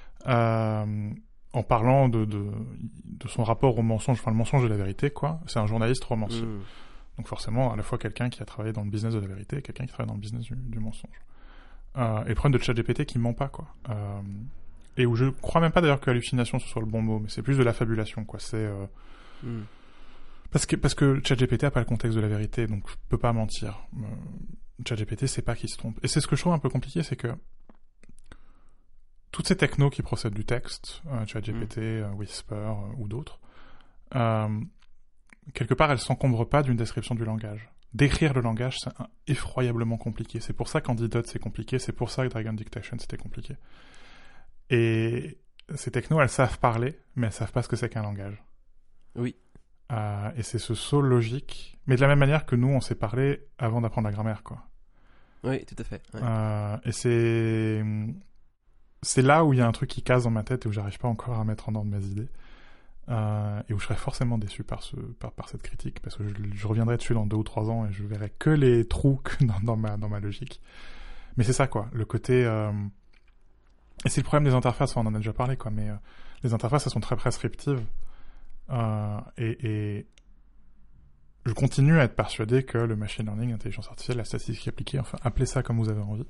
en parlant de son rapport au mensonge, le mensonge et la vérité, quoi. C'est un journaliste romancier. Donc forcément, à la fois quelqu'un qui a travaillé dans le business de la vérité et quelqu'un qui travaille dans le business du mensonge. Et le problème de ChatGPT qui ment pas, quoi. Et où je crois même pas d'ailleurs que hallucination ce soit le bon mot, mais c'est plus de la fabulation, quoi. C'est parce que ChatGPT a pas le contexte de la vérité, donc peut pas mentir. ChatGPT sait pas qu'il se trompe. Et c'est ce que je trouve un peu compliqué, c'est que toutes ces technos qui procèdent du texte, ChatGPT, Whisper ou d'autres, quelque part elles s'encombrent pas d'une description du langage. D'écrire le langage, c'est effroyablement compliqué. C'est pour ça qu'Antidote c'est compliqué, c'est pour ça que Dragon Dictation c'était compliqué. Et ces technos, elles savent parler, mais elles savent pas ce que c'est qu'un langage. Oui. Et c'est ce saut logique, mais de la même manière que nous, on sait parler avant d'apprendre la grammaire, quoi. Oui, tout à fait. Ouais. Et c'est là où il y a un truc qui casse dans ma tête et où j'arrive pas encore à mettre en ordre mes idées. Et où je serais forcément déçu par cette critique, parce que je reviendrai dessus dans 2 ou 3 ans et je verrai que les trous dans ma logique. Mais c'est ça, quoi. Le côté... Et c'est le problème des interfaces, on en a déjà parlé, quoi, mais les interfaces, elles sont très prescriptives. Et je continue à être persuadé que le machine learning, l'intelligence artificielle, la statistique appliquée, enfin, appelez ça comme vous avez envie,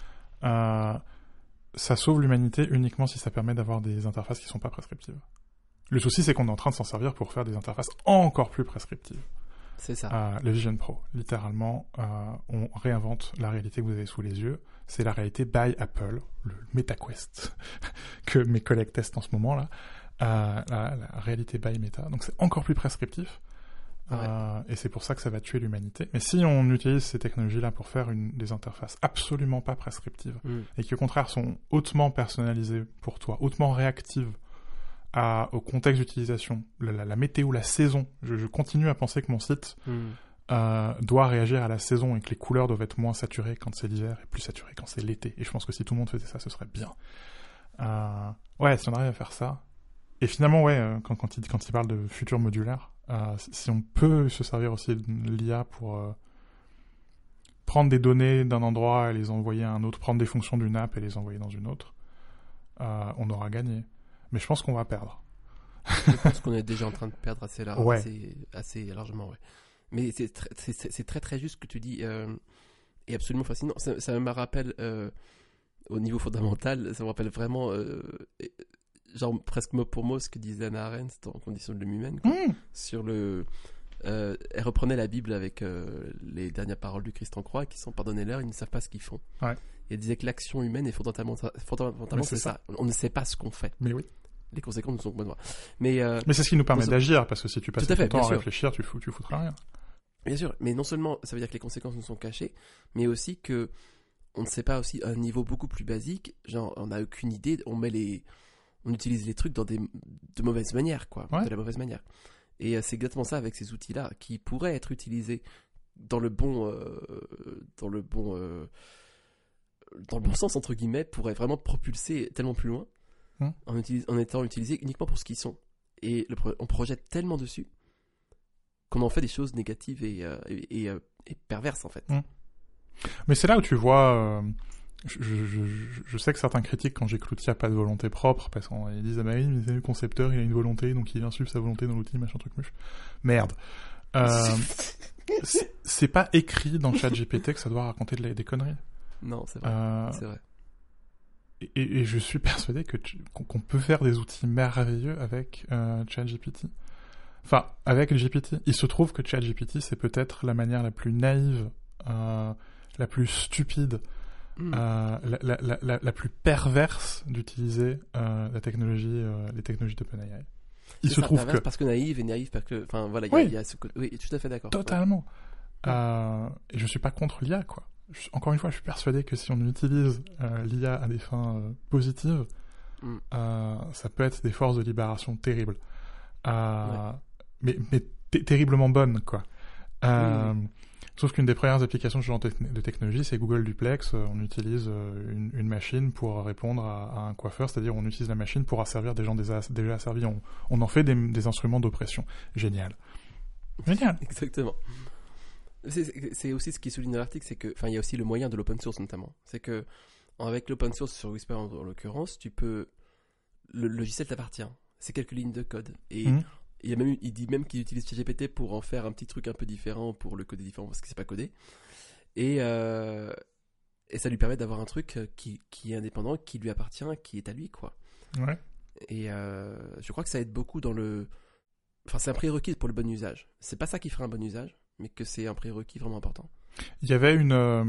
ça sauve l'humanité uniquement si ça permet d'avoir des interfaces qui sont pas prescriptives. Le souci, c'est qu'on est en train de s'en servir pour faire des interfaces encore plus prescriptives. C'est ça. Le Vision Pro, littéralement, on réinvente la réalité que vous avez sous les yeux. C'est la réalité by Apple, le MetaQuest que mes collègues testent en ce moment là. La réalité by Meta. Donc c'est encore plus prescriptif. Et c'est pour ça que ça va tuer l'humanité. Mais si on utilise ces technologies-là pour faire des interfaces absolument pas prescriptives et qui au contraire sont hautement personnalisées pour toi, hautement réactives au contexte d'utilisation, la météo, la saison, je continue à penser que mon site doit réagir à la saison et que les couleurs doivent être moins saturées quand c'est l'hiver et plus saturées quand c'est l'été. Et je pense que si tout le monde faisait ça, ce serait bien. Si on arrive à faire ça. Et finalement, quand il parle de futur modulaire, si on peut se servir aussi de l'IA pour prendre des données d'un endroit et les envoyer à un autre, prendre des fonctions d'une app et les envoyer dans une autre, on aura gagné. Mais je pense qu'on va perdre. Je pense qu'on est déjà en train de perdre assez largement, ouais. Mais c'est très très juste ce que tu dis, et absolument fascinant. Ça me rappelle, au niveau fondamental, ça me rappelle vraiment... genre presque mot pour mot ce que disait Hannah Arendt en Conditions de l'homme humaine, sur elle reprenait la Bible avec les dernières paroles du Christ en croix qui sont pardonnez-leur, ils ne savent pas ce qu'ils font. Et elle disait que l'action humaine est fondamentalement c'est ça. On ne sait pas ce qu'on fait. Mais oui. Les conséquences ne sont pas noires. Mais c'est ce qui nous permet d'agir, parce que si tu passes ton temps à réfléchir, tu foutras rien. Bien sûr, mais non seulement ça veut dire que les conséquences nous sont cachées, mais aussi que on ne sait pas aussi à un niveau beaucoup plus basique, genre on n'a aucune idée, on utilise les trucs de mauvaise manière, quoi, de la mauvaise manière. Et c'est exactement ça avec ces outils-là, qui pourraient être utilisés dans le bon sens, entre guillemets, pourraient vraiment propulser tellement plus loin, en étant utilisés uniquement pour ce qu'ils sont. Et on projette tellement dessus qu'on en fait des choses négatives et perverses, en fait. Mais c'est là où tu vois... Je sais que certains critiquent quand j'écris a pas de volonté propre, parce qu'ils disent « Ah bah oui, mais c'est le concepteur, il a une volonté, donc il vient suivre sa volonté dans l'outil, machin truc muche. » Merde. C'est pas écrit dans ChatGPT que ça doit raconter des conneries. Non, c'est vrai. C'est vrai. Et je suis persuadé qu'on peut faire des outils merveilleux avec ChatGPT. Enfin, avec GPT. Il se trouve que ChatGPT, c'est peut-être la manière la plus naïve, la plus stupide, la plus perverse d'utiliser les technologies d'OpenAI. Il se trouve que parce que naïve parce que, enfin voilà, il y a ce côté. Oui, tout à fait d'accord. Totalement. Et je suis pas contre l'IA, quoi. Encore une fois, je suis persuadé que si on utilise l'IA à des fins positives, ça peut être des forces de libération terribles. Mais terriblement bonnes, quoi. Sauf qu'une des premières applications de ce genre de technologie, c'est Google Duplex. On utilise une machine pour répondre à un coiffeur, c'est-à-dire on utilise la machine pour asservir des gens déjà asservis. On en fait des instruments d'oppression. Génial. Génial. Exactement. C'est aussi ce qui souligne dans l'article, c'est que, enfin, il y a aussi le moyen de l'open source notamment. C'est que, avec l'open source sur Whisper en l'occurrence, le logiciel t'appartient. C'est quelques lignes de code. Et il dit même qu'il utilise ChatGPT pour en faire un petit truc un peu différent, pour le coder différent parce que c'est pas codé. Et ça lui permet d'avoir un truc qui est indépendant, qui lui appartient, qui est à lui, quoi. Ouais. Et je crois que ça aide beaucoup enfin, c'est un prérequis pour le bon usage. C'est pas ça qui fera un bon usage, mais que c'est un prérequis vraiment important. Il y avait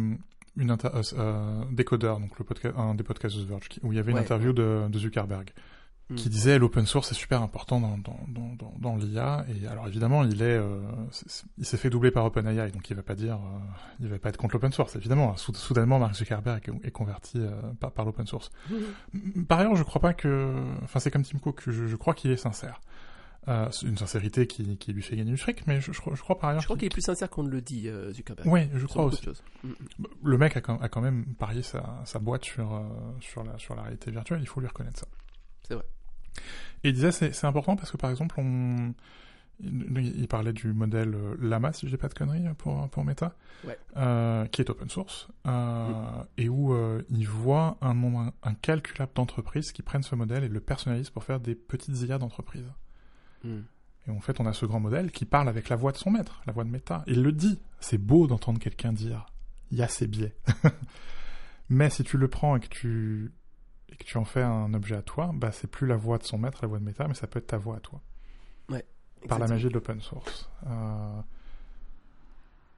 Décodeur, donc un des podcasts de The Verge, où il y avait une interview de Zuckerberg qui disait l'open source est super important dans l'IA. Et alors évidemment, il s'est fait doubler par OpenAI, donc il va pas être contre l'open source. Évidemment, soudainement, Mark Zuckerberg est converti par l'open source. Par ailleurs, je crois pas enfin, c'est comme Tim Cook, je crois qu'il est sincère. Une sincérité qui lui fait gagner du fric, mais je crois par ailleurs... Je crois qu'il est plus sincère qu'on ne le dit, Zuckerberg. Oui, je crois aussi. Le mec a quand même parié sa boîte sur la réalité virtuelle, il faut lui reconnaître ça. C'est vrai. Et il disait, c'est important parce que par exemple, il parlait du modèle Llama, si je dis pas de conneries, pour Meta, qui est open source, et où il voit un nombre incalculable d'entreprises qui prennent ce modèle et le personnalisent pour faire des petites IA d'entreprises. Et en fait, on a ce grand modèle qui parle avec la voix de son maître, la voix de Meta. Il le dit. C'est beau d'entendre quelqu'un dire « il y a ces biais ». Mais si tu le prends et que tu en fais un objet à toi, bah c'est plus la voix de son maître, la voix de Meta, mais ça peut être ta voix à toi. Ouais. Par la magie de l'open source.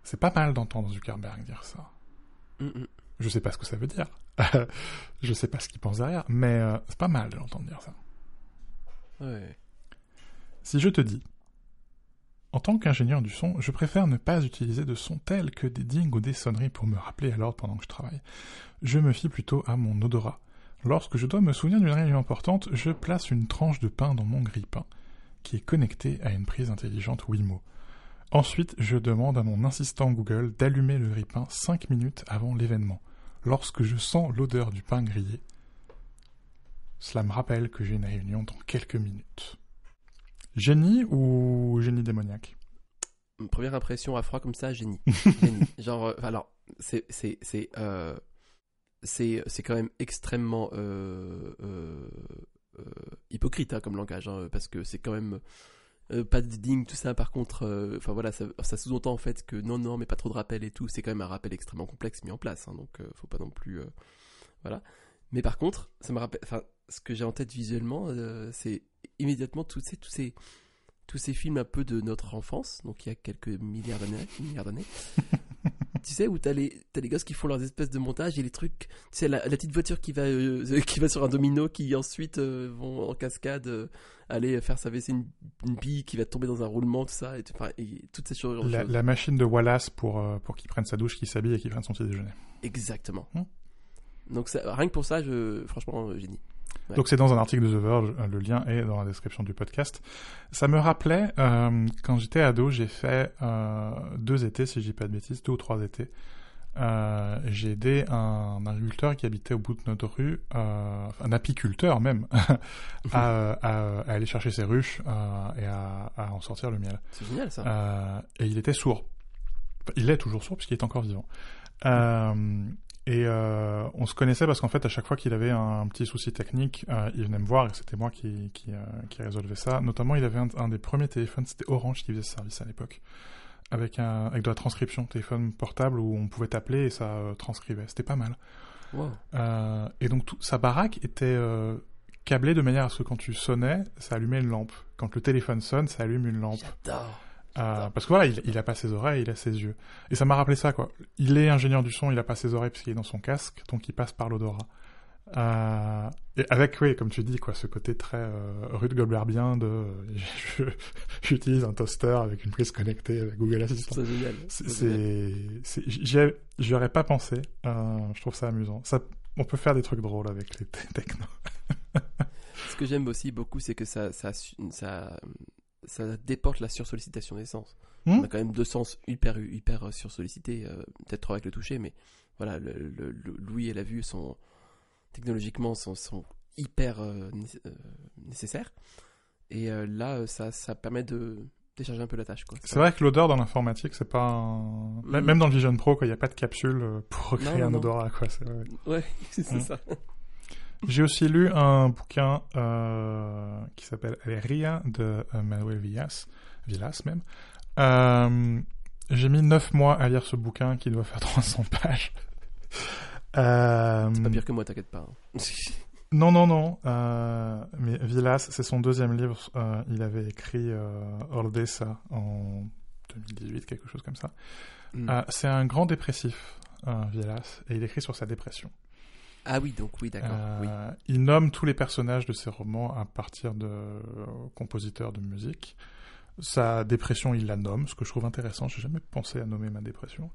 C'est pas mal d'entendre Zuckerberg dire ça. Je sais pas ce que ça veut dire. Je sais pas ce qu'il pense derrière, mais c'est pas mal de l'entendre dire ça. Ouais. Si je te dis, en tant qu'ingénieur du son, je préfère ne pas utiliser de sons tels que des dings ou des sonneries pour me rappeler à l'ordre pendant que je travaille. Je me fie plutôt à mon odorat. Lorsque je dois me souvenir d'une réunion importante, je place une tranche de pain dans mon grille-pain, qui est connectée à une prise intelligente Wimo. Ensuite, je demande à mon assistant Google d'allumer le grille-pain 5 minutes avant l'événement. Lorsque je sens l'odeur du pain grillé, cela me rappelle que j'ai une réunion dans quelques minutes. Génie ou génie démoniaque ? Première impression à froid comme ça, génie. Genre, alors, c'est quand même extrêmement hypocrite hein, comme langage, hein, parce que c'est quand même pas de ding, tout ça. Par contre, enfin voilà, ça sous-entend en fait que non, mais pas trop de rappel et tout. C'est quand même un rappel extrêmement complexe mis en place, hein, donc faut pas non plus, voilà. Mais par contre, ça me rappelle, enfin, ce que j'ai en tête visuellement, c'est immédiatement tous ces films un peu de notre enfance, donc il y a quelques milliards d'années. Tu sais, où t'as les gosses qui font leurs espèces de montage et les trucs, tu sais, la petite voiture qui va sur un domino, qui ensuite vont en cascade aller faire sa WC une bille qui va tomber dans un roulement, tout ça, et toutes ces choses. La machine de Wallace pour qu'il prenne sa douche, qu'il s'habille et qu'il prenne son petit déjeuner. Exactement. Donc rien que pour ça, franchement, génie. Ouais. Donc c'est dans un article de The Verge, le lien est dans la description du podcast. Ça me rappelait, quand j'étais ado, j'ai fait 2 étés, si je dis pas de bêtises, 2 ou 3 étés. J'ai aidé un agriculteur qui habitait au bout de notre rue, un apiculteur même, à aller chercher ses ruches et à en sortir le miel. C'est génial ça. Et il était sourd. Il est toujours sourd puisqu'il est encore vivant. Et on se connaissait parce qu'en fait, à chaque fois qu'il avait un petit souci technique, il venait me voir et c'était moi qui résolvais ça. Notamment, il avait un des premiers téléphones, c'était Orange qui faisait ce service à l'époque, avec de la transcription, téléphone portable où on pouvait t'appeler et ça transcrivait. C'était pas mal. Wow. Et donc, sa baraque était câblée de manière à ce que quand tu sonnais, ça allumait une lampe. Quand le téléphone sonne, ça allume une lampe. J'adore. Parce que voilà, il a pas ses oreilles, il a ses yeux. Et ça m'a rappelé ça, quoi. Il est ingénieur du son, il a pas ses oreilles parce qu'il est dans son casque, donc il passe par l'odorat. Et avec, oui, comme tu dis, quoi, ce côté très Rude Goldbergien de j'utilise un toaster avec une prise connectée avec Google Assistant. C'est génial. J'y aurais pas pensé. Je trouve ça amusant. On peut faire des trucs drôles avec les technos. Ce que j'aime aussi beaucoup, c'est que ça déporte la sursollicitation des sens. On a quand même 2 sens hyper sursollicités, peut-être trop avec le toucher, mais voilà, l'ouïe et la vue sont technologiquement sont hyper nécessaires. Et là, ça permet de décharger un peu la tâche, quoi. C'est vrai que l'odeur dans l'informatique, c'est pas même dans le Vision Pro, quoi, il n'y a pas de capsule pour recréer un odorat, quoi. Ouais, c'est ça. J'ai aussi lu un bouquin qui s'appelle Alegría de Manuel Villas même. J'ai mis 9 mois à lire ce bouquin qui doit faire 300 pages. C'est pas pire que moi, t'inquiète pas. Non. Mais Villas, c'est son 2e livre. Il avait écrit Ordesa en 2018, quelque chose comme ça. C'est un grand dépressif, Villas, et il écrit sur sa dépression. Ah oui, donc oui, d'accord. Oui. Il nomme tous les personnages de ses romans à partir de compositeurs de musique. Sa dépression, il la nomme, ce que je trouve intéressant. J'ai jamais pensé à nommer ma dépression.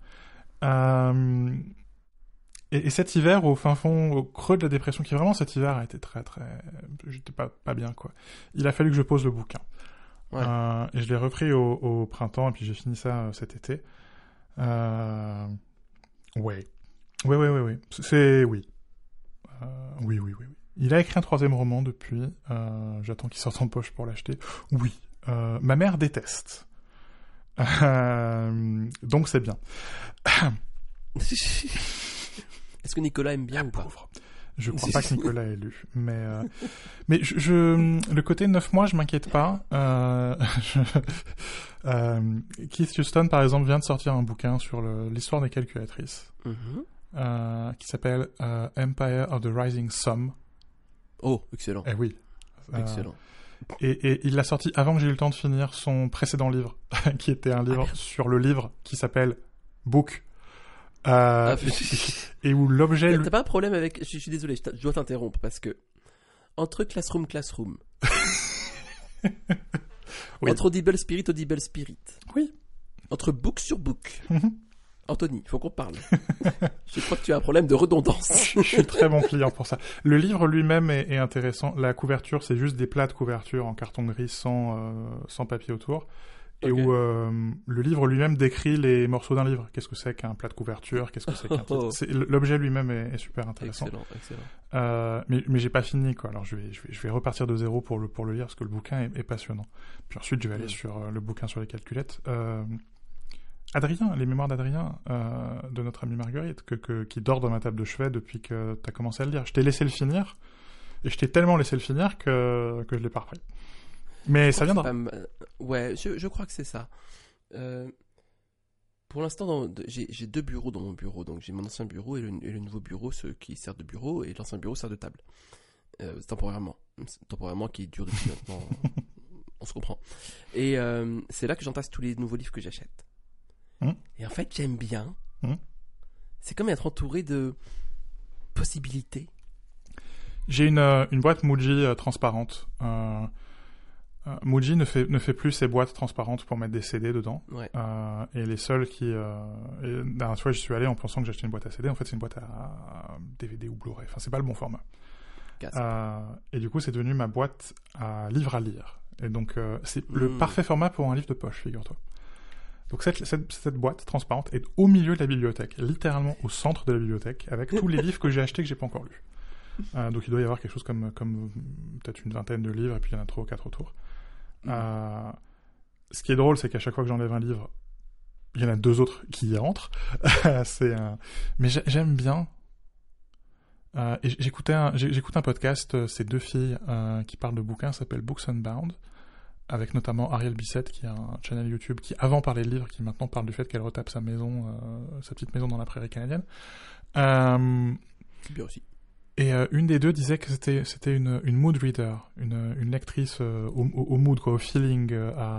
Et cet hiver, au fin fond, au creux de la dépression, qui vraiment cet hiver a été très, très... J'étais pas bien, quoi. Il a fallu que je pose le bouquin. Ouais. Et je l'ai repris au printemps, et puis j'ai fini ça cet été. Ouais. C'est... Oui. Oui. Il a écrit un 3e roman depuis. J'attends qu'il sorte en poche pour l'acheter. Oui. Ma mère déteste. Donc c'est bien. Est-ce que Nicolas aime bien ou pas ? Pauvre. Je crois pas que Nicolas ait lu. Mais le côté 9 mois, je m'inquiète pas. Keith Houston, par exemple, vient de sortir un bouquin sur l'histoire des calculatrices. Qui s'appelle Empire of the Rising Sun. Oh, excellent. Eh oui. Excellent. Et il l'a sorti avant que j'ai eu le temps de finir son précédent livre, qui était un livre sur le livre qui s'appelle Book. Et où l'objet... T'as pas un problème avec... Je suis désolé, je dois t'interrompre parce que entre Classroom, oui. Entre Audible Spirit, oui. Entre Book sur Book, Anthony, il faut qu'on parle. Je crois que tu as un problème de redondance. Je suis très bon client pour ça. Le livre lui-même est intéressant. La couverture, c'est juste des plats de couverture en carton gris sans papier autour. Et où le livre lui-même décrit les morceaux d'un livre. Qu'est-ce que c'est qu'un plat de couverture? Qu'est-ce que c'est qu'un titre? L'objet lui-même est super intéressant. Excellent. Mais j'ai pas fini, quoi. Alors je vais repartir de zéro pour le lire parce que le bouquin est passionnant. Puis ensuite je vais aller sur le bouquin sur les calculettes. Adrien, les mémoires d'Adrien, de notre amie Marguerite, qui dort dans ma table de chevet depuis que t'as commencé à le lire. Je t'ai laissé le finir, et je t'ai tellement laissé le finir que je l'ai pas repris. Mais ça viendra. Ouais, je crois que c'est ça. Pour l'instant, j'ai 2 bureaux dans mon bureau. Donc j'ai mon ancien bureau et le nouveau bureau, ceux qui servent de bureau, et l'ancien bureau sert de table. Temporairement, qui dure depuis maintenant. On se comprend. Et c'est là que j'entasse tous les nouveaux livres que j'achète. Et en fait, j'aime bien. C'est comme être entouré de possibilités. J'ai une boîte Muji transparente. Muji ne fait plus ses boîtes transparentes pour mettre des CD dedans. Ouais. Et les seuls qui... la dernière fois, j'y suis allé en pensant que j'achetais une boîte à CD. En fait, c'est une boîte à DVD ou Blu-ray. Enfin, c'est pas le bon format. Et du coup, c'est devenu ma boîte à livres à lire. Et donc, c'est le parfait format pour un livre de poche, figure-toi. Donc cette boîte transparente est au milieu de la bibliothèque, littéralement au centre de la bibliothèque, avec tous les livres que j'ai achetés que j'ai pas encore lus. Donc il doit y avoir quelque chose comme peut-être une vingtaine de livres, et puis il y en a 3 ou 4 autour. Ce qui est drôle, c'est qu'à chaque fois que j'enlève un livre, il y en a 2 autres qui y rentrent. Mais j'aime bien. Et j'écoute un podcast, ces 2 filles qui parlent de bouquins, ça s'appelle Books Unbound, avec notamment Ariel Bissett, qui a un channel YouTube qui avant parlait de livres, qui maintenant parle du fait qu'elle retape sa maison, sa petite maison dans la prairie canadienne. Bien aussi. Et une des 2 disait que c'était une mood reader, une lectrice au mood, quoi, au feeling.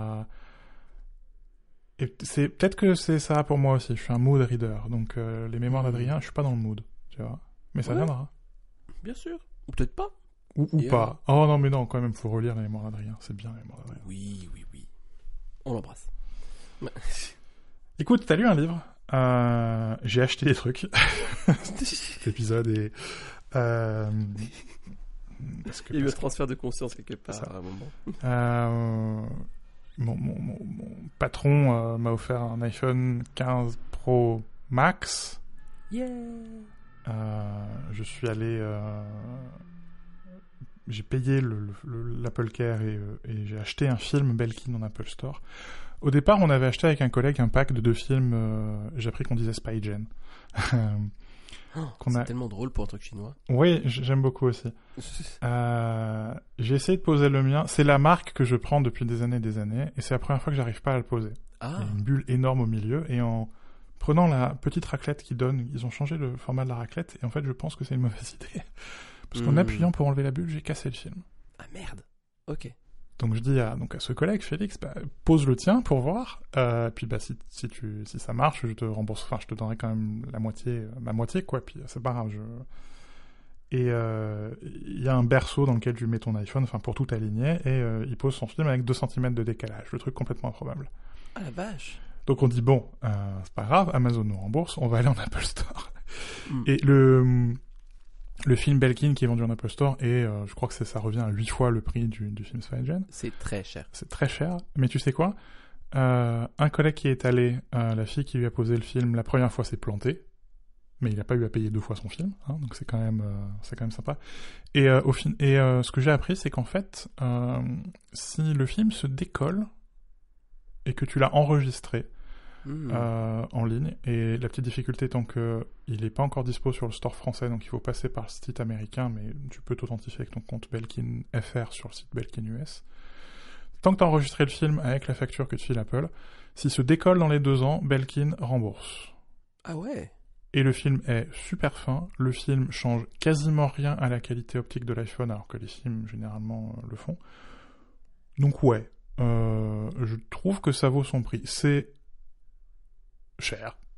Et peut-être que c'est ça pour moi aussi. Je suis un mood reader, donc les mémoires d'Adrien, je suis pas dans le mood, tu vois. Mais ça viendra. Bien sûr. Ou peut-être pas. Ou pas. Oh non, mais non, quand même, faut relire les mémoires d'Adrien. C'est bien, les mémoires d'Adrien. Oui. On l'embrasse. Écoute, t'as lu un livre. J'ai acheté des trucs. Cet épisode est... parce que, il y a eu un transfert de conscience quelque part à un moment. Mon patron m'a offert un iPhone 15 Pro Max. Yeah. Je suis allé... j'ai payé l'Apple Care et j'ai acheté un film Belkin en Apple Store. Au départ, on avait acheté avec un collègue un pack de 2 films. J'ai appris qu'on disait Spy Gen. C'est tellement drôle pour un truc chinois. Oui, j'aime beaucoup aussi. J'ai essayé de poser le mien. C'est la marque que je prends depuis des années, et c'est la première fois que j'arrive pas à le poser. Il y a une bulle énorme au milieu, et en prenant la petite raclette qu'ils donnent, ils ont changé le format de la raclette, et en fait, je pense que c'est une mauvaise idée. Parce qu'en appuyant pour enlever la bulle, j'ai cassé le film. Ah merde. Ok. Donc je dis à ce collègue, Félix, pose le tien pour voir. Puis si ça marche, je te rembourse. Enfin, je te donnerai quand même ma moitié, quoi. Puis c'est pas grave. Et il y a un berceau dans lequel tu mets ton iPhone, enfin pour tout aligner, et il pose son film avec 2 cm de décalage. Le truc complètement improbable. Ah la vache. Donc on dit bon, c'est pas grave, Amazon nous rembourse, on va aller en Apple Store. Et le film Belkin qui est vendu en Apple Store, et je crois que ça revient à 8 fois le prix du film Spy Gen. C'est très cher. C'est très cher, mais tu sais quoi, un collègue qui est allé, la fille qui lui a posé le film, la première fois s'est plantée, mais il n'a pas eu à payer 2 fois son film, hein, donc c'est quand même sympa. Et ce que j'ai appris, c'est qu'en fait, si le film se décolle, et que tu l'as enregistré, en ligne, et la petite difficulté étant que il n'est pas encore dispo sur le store français, donc il faut passer par le site américain, mais tu peux t'authentifier avec ton compte Belkin FR sur le site Belkin US. Tant que tu as enregistré le film avec la facture que te file Apple, s'il se décolle dans les 2 ans, Belkin rembourse. Ah ouais. Et le film est super fin, le film change quasiment rien à la qualité optique de l'iPhone, alors que les films généralement le font. Donc je trouve que ça vaut son prix. C'est cher,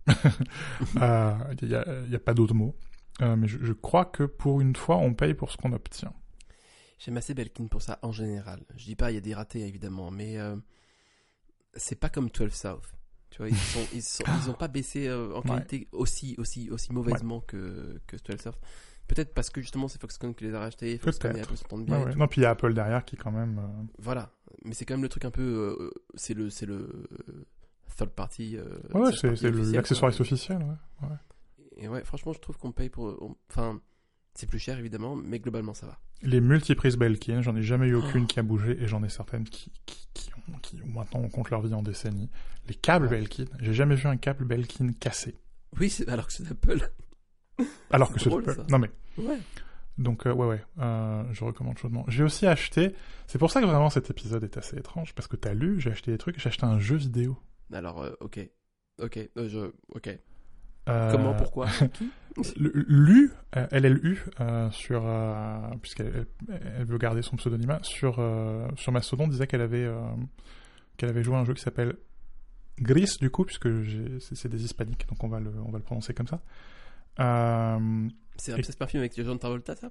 Il y a pas d'autre mot. Mais je crois que pour une fois, on paye pour ce qu'on obtient. J'aime assez Belkin pour ça en général. Je dis pas, il y a des ratés évidemment, mais c'est pas comme 12 South. Tu vois, ils ont pas baissé en qualité aussi mauvaisement que 12 South. Peut-être parce que justement c'est Foxconn qui les a rachetés, Foxconn et Apple s'entendent bien. Ouais. Non, puis il y a Apple derrière qui quand même. Voilà, mais c'est quand même le truc un peu, c'est le third party. C'est l'accessoire officiel. Ouais. Et ouais, franchement, je trouve qu'on paye pour. Enfin, c'est plus cher évidemment, mais globalement ça va. Les multiprises Belkin, j'en ai jamais eu aucune qui a bougé et j'en ai certaines qui maintenant on compte leur vie en décennies. Les câbles Belkin, j'ai jamais vu un câble Belkin cassé. Oui, alors que c'est Apple. Alors que c'est Apple. Ça. Non mais. Ouais. Donc je recommande chaudement. J'ai aussi acheté. C'est pour ça que vraiment cet épisode est assez étrange parce que t'as lu, j'ai acheté des trucs, j'ai acheté un jeu vidéo. Alors ok. Comment, pourquoi, qui LU, sur puisqu'elle veut garder son pseudonymat sur Mastodon, disait qu'elle avait joué à un jeu qui s'appelle Gris du coup puisque c'est des hispaniques donc on va le prononcer comme ça. C'est un film avec John Travolta, ça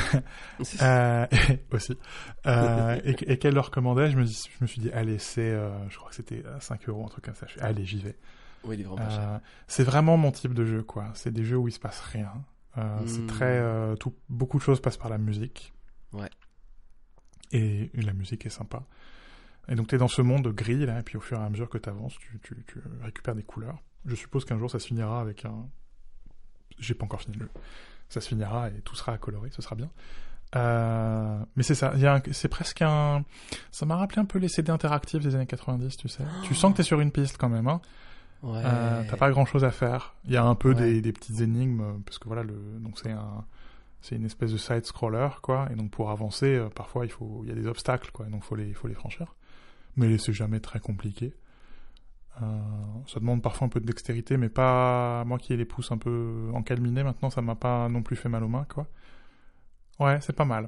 aussi. Et qu'elle le recommandait, je me suis dit allez, je crois que c'était 5 €, un truc comme ça. Allez, j'y vais. Oui, il est vraiment pas cher. C'est vraiment mon type de jeu, quoi. C'est des jeux où il se passe rien. C'est très beaucoup de choses passent par la musique. Ouais. Et la musique est sympa. Et donc t'es dans ce monde gris là, et puis au fur et à mesure que t'avances, tu récupères des couleurs. Je suppose qu'un jour ça se finira avec un. J'ai pas encore fini le jeu. Ça se finira et tout sera à colorer, ce sera bien. Mais c'est ça, c'est presque un. Ça m'a rappelé un peu les CD interactifs des années 90, tu sais. Tu sens que t'es sur une piste quand même, hein. Ouais. T'as pas grand chose à faire. Il y a un peu des petites énigmes, parce que voilà, donc c'est une espèce de side-scroller, quoi. Et donc pour avancer, parfois il y a des obstacles, quoi. Et donc faut les franchir. Mais c'est jamais très compliqué. Ça demande parfois un peu de dextérité, mais pas moi qui ai les pouces un peu encalminés maintenant, ça m'a pas non plus fait mal aux mains, quoi. Ouais, c'est pas mal.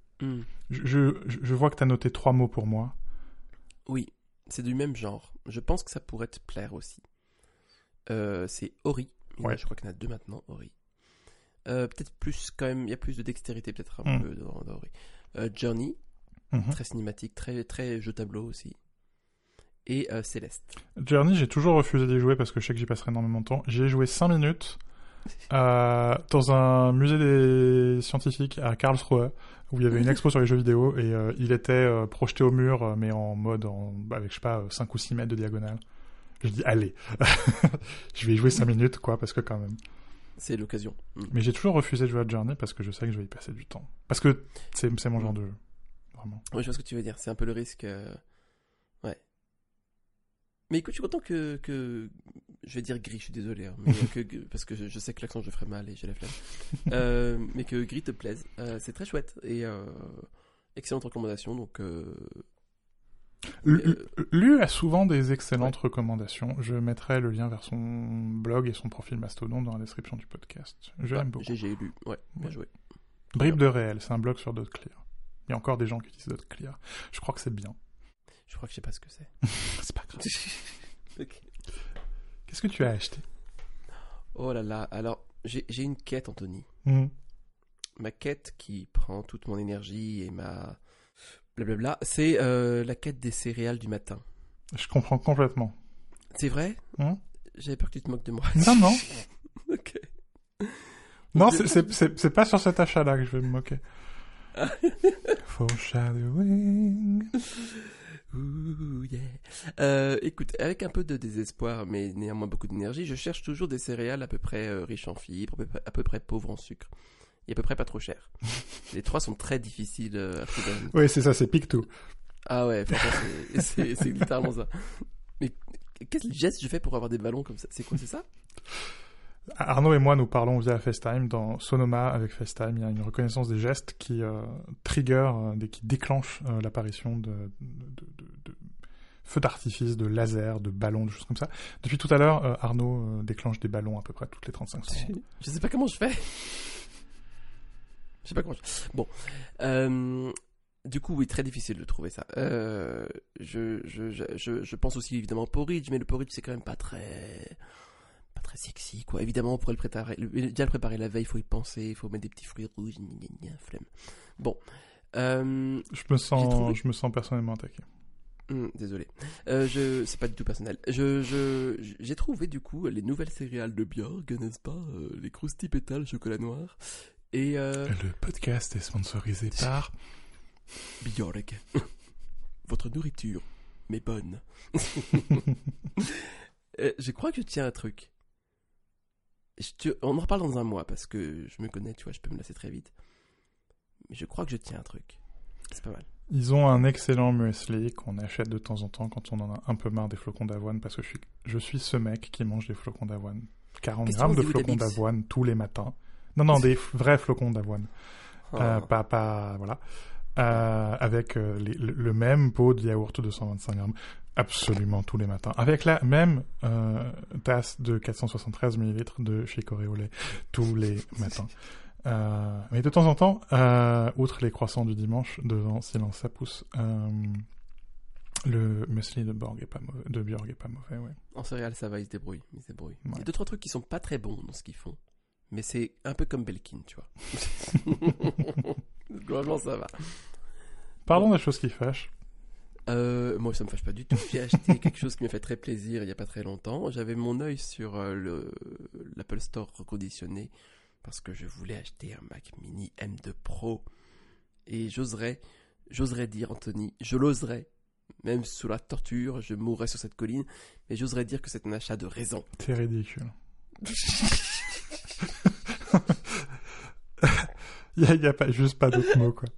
Je vois que t'as noté 3 mots pour moi. Oui, c'est du même genre. Je pense que ça pourrait te plaire aussi. C'est Ori. Ouais. Je crois qu'il y en a 2 maintenant, Ori. Peut-être plus quand même, il y a plus de dextérité peut-être un peu dans Ori. Journey, très cinématique, très, très jeu tableau aussi. Et Céleste. Journey, j'ai toujours refusé d'y jouer parce que je sais que j'y passerai énormément de temps. J'y ai joué 5 minutes dans un musée des scientifiques à Karlsruhe où il y avait une expo sur les jeux vidéo et il était projeté au mur mais en mode avec je sais pas 5 ou 6 mètres de diagonale. Je dis allez, je vais y jouer 5 minutes quoi parce que quand même. C'est l'occasion. Mais j'ai toujours refusé de jouer à Journey parce que je sais que je vais y passer du temps. Parce que c'est mon genre de jeu. Vraiment. Oui, je vois ce que tu veux dire. C'est un peu le risque. Ouais. Mais écoute, je suis content que je vais dire Gris, je suis désolé, hein, mais parce que je sais que l'accent je ferai mal et j'ai la flemme. Mais que Gris te plaise, c'est très chouette et excellente recommandation. Donc, Lu a souvent des excellentes recommandations. Je mettrai le lien vers son blog et son profil Mastodon dans la description du podcast. Je l'aime beaucoup. J'ai lu, bien joué. Bribe de réel, c'est un blog sur .clear. Il y a encore des gens qui utilisent .clear. Je crois que c'est bien. Je crois que je sais pas ce que c'est. C'est pas grave. Okay. Qu'est-ce que tu as acheté ? Oh là là, alors j'ai une quête, Anthony. Ma quête qui prend toute mon énergie et ma blablabla, c'est la quête des céréales du matin. Je comprends complètement. C'est vrai ? J'avais peur que tu te moques de moi. Non. Ok. Non, c'est pas sur cet achat-là que je vais me moquer. Foreshadowing. Ouh, yeah. Écoute, avec un peu de désespoir, mais néanmoins beaucoup d'énergie, je cherche toujours des céréales à peu près riches en fibres, à peu près pauvres en sucre, et à peu près pas trop chères. Les 3 sont très difficiles à trouver. Oui, c'est ça, c'est Pic-Tout. Ah ouais, c'est littéralement ça. Mais quel geste je fais pour avoir des ballons comme ça ? C'est quoi, c'est ça ? Arnaud et moi, nous parlons via FaceTime. Dans Sonoma, avec FaceTime, il y a une reconnaissance des gestes qui qui déclenche l'apparition de feux d'artifice, de lasers, de ballons, de choses comme ça. Depuis tout à l'heure, Arnaud déclenche des ballons à peu près toutes les 35 secondes. Je sais pas comment je fais. Je sais pas comment je fais. Bon. Du coup, oui, très difficile de trouver ça. Je pense aussi évidemment au porridge, mais le porridge c'est quand même pas très très sexy, quoi. Évidemment, pour déjà le préparer la veille, il faut y penser, il faut mettre des petits fruits rouges, flemme. Bon. Je me sens personnellement attaqué. Désolé. C'est pas du tout personnel. J'ai trouvé, du coup, les nouvelles céréales de Björg, n'est-ce pas? Les Krusty Pétales chocolat noir. Et Le podcast est sponsorisé par Björg. Votre nourriture, mais bonne. Je crois que je tiens un truc. On en reparle dans un mois, parce que je me connais, tu vois, je peux me lasser très vite. Mais je crois que je tiens un truc. C'est pas mal. Ils ont un excellent muesli qu'on achète de temps en temps quand on en a un peu marre des flocons d'avoine, parce que je suis ce mec qui mange des flocons d'avoine. 40 grammes de flocons d'avoine tous les matins. Non, des vrais flocons d'avoine. Voilà. Avec le même pot de yaourt de 125 grammes. Absolument tous les matins. Avec la même tasse de 473 ml de chicorée au lait tous les matins. Mais de temps en temps, outre les croissants du dimanche, devant Silence ça pousse, le muesli de Björg est pas mauvais, ouais. En céréales, ça va, ils se débrouillent. Ouais. Il y a 2-3 trucs qui sont pas très bons dans ce qu'ils font. Mais c'est un peu comme Belkin, tu vois. Globalement, ça va. Parlons des choses qui fâchent. Moi, ça me fâche pas du tout. J'ai acheté quelque chose qui m'a fait très plaisir il y a pas très longtemps. J'avais mon œil sur l'Apple Store reconditionné parce que je voulais acheter un Mac Mini M2 Pro. Et j'oserais dire, Anthony, je l'oserais, même sous la torture, je mourrais sur cette colline, mais j'oserais dire que c'est un achat de raison. C'est ridicule. Il y a pas, juste pas d'autres mots, quoi.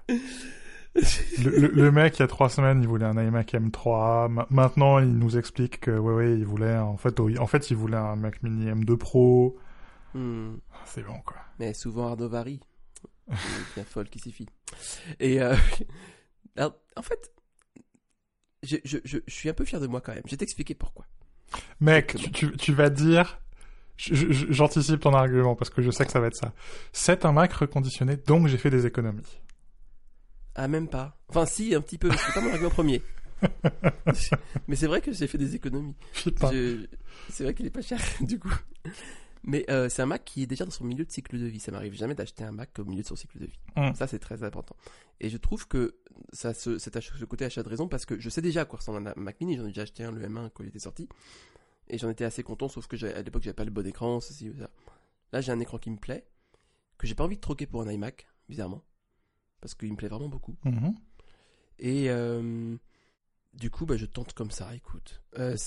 Le mec, il y a 3 semaines, il voulait un iMac M3. Maintenant, il nous explique que, ouais, il voulait, en fait, il voulait un Mac Mini M2 Pro. C'est bon, quoi. Mais souvent, Arnaud varie. C'est bien folle qui suffit. Et, alors, en fait, je suis un peu fier de moi quand même. Je vais t'expliquer pourquoi. Mec, tu vas dire, j'anticipe ton argument parce que je sais que ça va être ça. C'est un Mac reconditionné, donc j'ai fait des économies. Ah, même pas. Enfin, si, un petit peu. C'est pas mon argument premier. Mais c'est vrai que j'ai fait des économies. C'est vrai qu'il est pas cher, du coup. Mais c'est un Mac qui est déjà dans son milieu de cycle de vie. Ça m'arrive jamais d'acheter un Mac au milieu de son cycle de vie. Ça, c'est très important. Et je trouve que ça ce côté achat de raison, parce que je sais déjà à quoi ressemble un Mac Mini. J'en ai déjà acheté un, le M1, quand il était sorti. Et j'en étais assez content, sauf que à l'époque, j'avais pas le bon écran, ceci ou ça. Là, j'ai un écran qui me plaît, que j'ai pas envie de troquer pour un iMac, bizarrement. Parce qu'il me plaît vraiment beaucoup. Et du coup, je tente comme ça, écoute.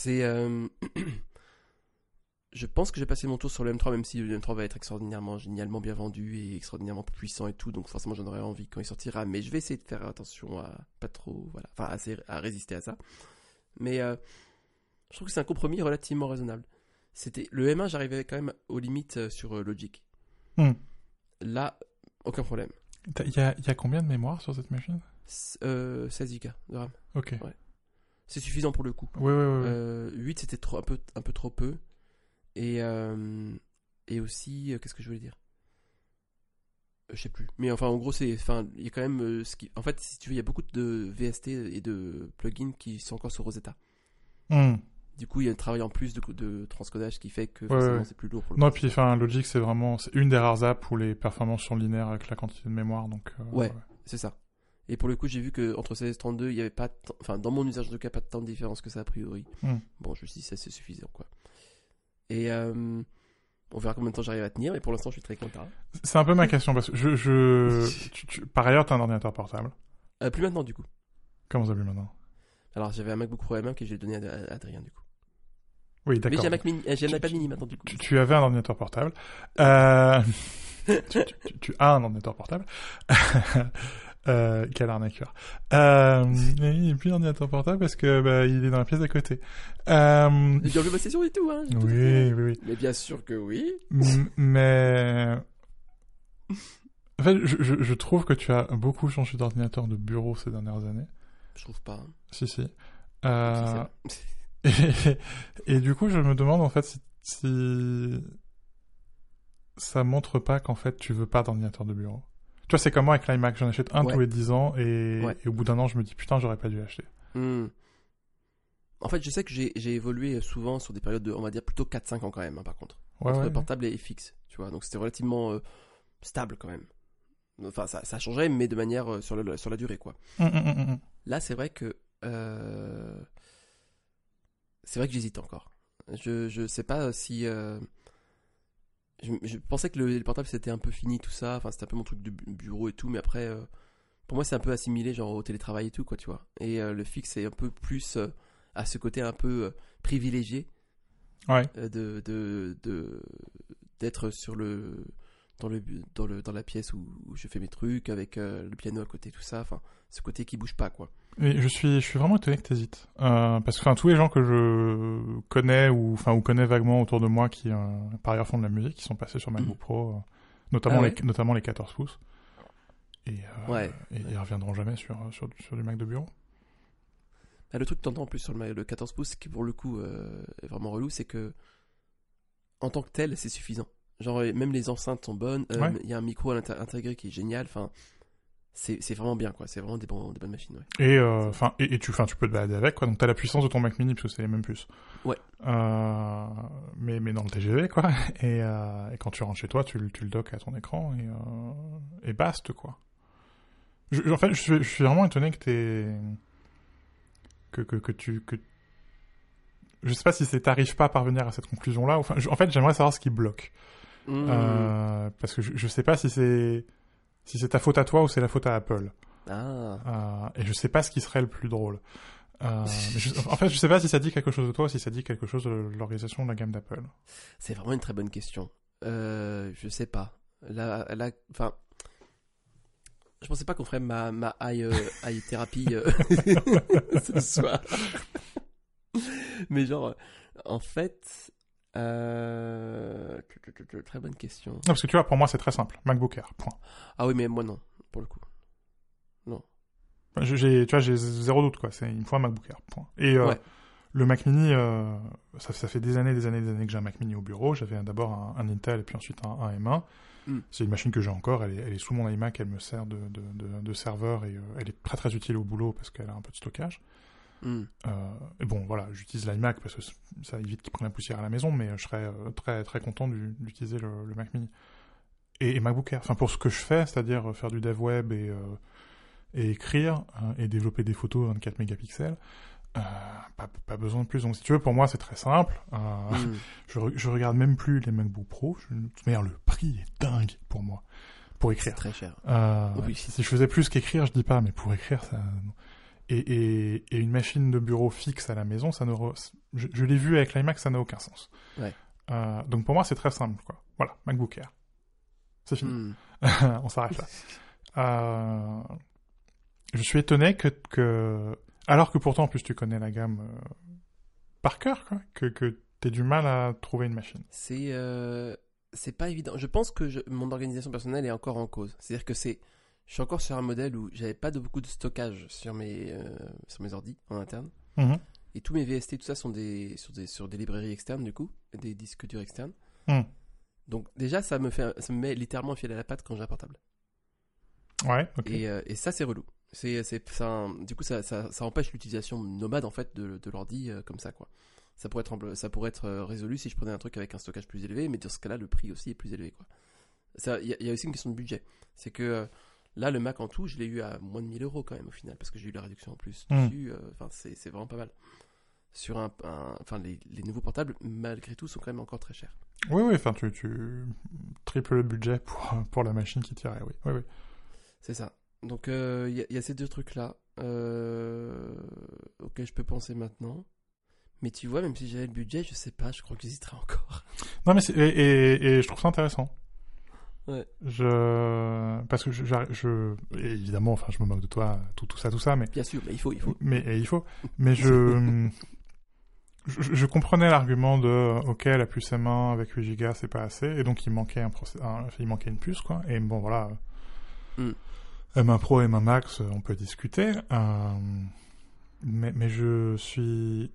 Je pense que j'ai passé mon tour sur le M3, même si le M3 va être extraordinairement, génialement bien vendu et extraordinairement puissant et tout, donc forcément j'en aurais envie quand il sortira, mais je vais essayer de faire attention à pas trop, voilà, enfin à résister à ça. Mais je trouve que c'est un compromis relativement raisonnable. Le M1, j'arrivais quand même aux limites sur Logic. Là, aucun problème. Il y a combien de mémoire sur cette machine ? 16 Go de RAM. Ok. Ouais. C'est suffisant pour le coup. Ouais. 8 c'était un peu trop peu. Et aussi, qu'est-ce que je voulais dire ? Je sais plus. Mais enfin, en gros, il y a quand même en fait, si tu veux, il y a beaucoup de VST et de plugins qui sont encore sur Rosetta. Du coup, il y a un travail en plus de transcodage qui fait que forcément c'est plus lourd pour le Non, puis Logic, c'est une des rares apps où les performances sont linéaires avec la quantité de mémoire, donc. Ouais, c'est ça. Et pour le coup, j'ai vu que entre 16 et 32, il y avait pas, dans mon usage de cas, pas tant de différence que ça a priori. Bon, je me suis dit ça c'est suffisant, quoi. Et on verra combien de temps j'arrive à tenir, mais pour l'instant, je suis très content. C'est un peu ma question parce que par ailleurs, t'as un ordinateur portable. Plus maintenant, du coup. Comment ça, plus maintenant ? Alors, j'avais un MacBook Pro M1 que j'ai donné à Adrien, du coup. Oui, d'accord. Mais j'ai un iPad mini maintenant, du coup. Tu avais un ordinateur portable. Tu as un ordinateur portable. Quel arnaqueur. Il n'est plus d'ordinateur portable parce que il est dans la pièce d'à côté. J'ai enlevé ma session et tout, hein. Oui. Mais bien sûr que oui. Mais en fait, je trouve que tu as beaucoup changé d'ordinateur de bureau ces dernières années. Je trouve pas. Hein. Si. Et du coup, je me demande en fait si ça montre pas qu'en fait tu veux pas d'ordinateur de bureau. Tu vois, c'est comme moi avec l'iMac, j'en achète un tous les 10 ans et au bout d'un an, je me dis putain, j'aurais pas dû l'acheter. En En fait, je sais que j'ai évolué souvent sur des périodes de, on va dire, plutôt 4-5 ans quand même, hein, par contre. Entre portable et fixe, tu vois. Donc c'était relativement stable quand même. Enfin, ça changeait, mais de manière sur la durée, quoi. Là, c'est vrai que j'hésite encore. Je sais pas si... Je pensais que les portables c'était un peu fini, tout ça. Enfin, c'était un peu mon truc de bureau et tout, mais après, pour moi, c'est un peu assimilé, genre au télétravail et tout, quoi, tu vois. Et le fixe, c'est un peu plus à ce côté un peu privilégié d'être dans la pièce où je fais mes trucs avec le piano à côté, tout ça. Enfin, ce côté qui bouge pas, quoi. Et je suis vraiment étonné que t'hésites. Parce que tous les gens que je connais ou connais vaguement autour de moi qui par ailleurs font de la musique, qui sont passés sur MacBook Pro, notamment les 14 pouces. Et ils reviendront jamais sur du Mac de bureau. Le truc que t'entends en plus sur le 14 pouces, qui pour le coup est vraiment relou, c'est que en tant que tel, c'est suffisant. Genre, même les enceintes sont bonnes, y a un micro intégré qui est génial, enfin, c'est vraiment bien, quoi. C'est vraiment des bonnes machines, ouais. Et tu peux te balader avec, quoi. Donc t'as la puissance de ton Mac Mini, parce que c'est les mêmes puces. Ouais. Mais dans le TGV, quoi. Et quand tu rentres chez toi, tu le docks à ton écran, et basta, quoi. En fait, je suis vraiment étonné que je sais pas si t'arrives pas à parvenir à cette conclusion-là. Enfin, en fait, j'aimerais savoir ce qui bloque. Parce que je sais pas si c'est ta faute à toi ou c'est la faute à Apple. Et je sais pas ce qui serait le plus drôle. En fait, je sais pas si ça dit quelque chose de toi ou si ça dit quelque chose de l'organisation de la gamme d'Apple. C'est vraiment une très bonne question. Je sais pas. Enfin, je pensais pas qu'on ferait ma eye thérapie ce soir. Mais genre, en fait, très bonne question. Non, parce que tu vois, pour moi, c'est très simple. MacBook Air, point. Ah oui, mais moi non, pour le coup. Non. J'ai zéro doute, quoi. C'est une fois MacBook Air, point. Et le Mac Mini, ça fait des années que j'ai un Mac Mini au bureau. J'avais d'abord un Intel et puis ensuite un M1. C'est une machine que j'ai encore, elle est sous mon iMac, elle me sert de serveur et elle est très très utile au boulot parce qu'elle a un peu de stockage. Et bon, voilà, j'utilise l'iMac parce que ça évite qu'il prenne la poussière à la maison, mais je serais très très content d'utiliser le Mac Mini. Et MacBook Air, enfin pour ce que je fais, c'est-à-dire faire du dev web et écrire et développer des photos 24 mégapixels, pas besoin de plus. Donc si tu veux, pour moi c'est très simple. Je regarde même plus les MacBook Pro. Mais le prix est dingue pour moi. Pour écrire. C'est très cher. Oui. Si je faisais plus qu'écrire, je dis pas, mais pour écrire, ça... Et une machine de bureau fixe à la maison, je l'ai vu avec l'iMac, ça n'a aucun sens. Ouais. Donc pour moi c'est très simple, quoi. Voilà, MacBook Air. C'est fini. On s'arrête là. Je suis étonné que alors que pourtant en plus tu connais la gamme par cœur, quoi, que t'aies du mal à trouver une machine. C'est pas évident. Je pense que mon organisation personnelle est encore en cause. C'est-à-dire que je suis encore sur un modèle où j'avais pas beaucoup de stockage sur mes ordis en interne. Et tous mes VST, tout ça sont sur des librairies externes, du coup, des disques durs externes. Donc déjà, ça me met littéralement un fil à la patte quand j'ai un portable. Ouais, ok. Et ça, c'est relou. Du coup, ça empêche l'utilisation nomade, en fait, de l'ordi comme ça, quoi. Ça pourrait être résolu si je prenais un truc avec un stockage plus élevé, mais dans ce cas-là, le prix aussi est plus élevé, quoi. Il y a aussi une question de budget. C'est que là, le Mac en tout, je l'ai eu à moins de 1 000 € quand même, au final, parce que j'ai eu la réduction en plus dessus. C'est vraiment pas mal. Sur les nouveaux portables, malgré tout, sont quand même encore très chers. Oui, enfin, tu triples le budget pour la machine qui tirait, oui. C'est ça. Donc, il y a ces deux trucs-là auxquels je peux penser maintenant. Mais tu vois, même si j'avais le budget, je sais pas, je crois que j'hésiterais encore. Non, mais et je trouve ça intéressant. Ouais. Parce que évidemment, enfin, je me moque de toi, tout ça, mais... Bien sûr, mais il faut. Mais je comprenais l'argument de, ok, la puce M1 avec 8 Go, c'est pas assez, et donc il manquait une puce, quoi. Et bon, voilà. M1 Pro, M1 Max, on peut discuter. Mais je suis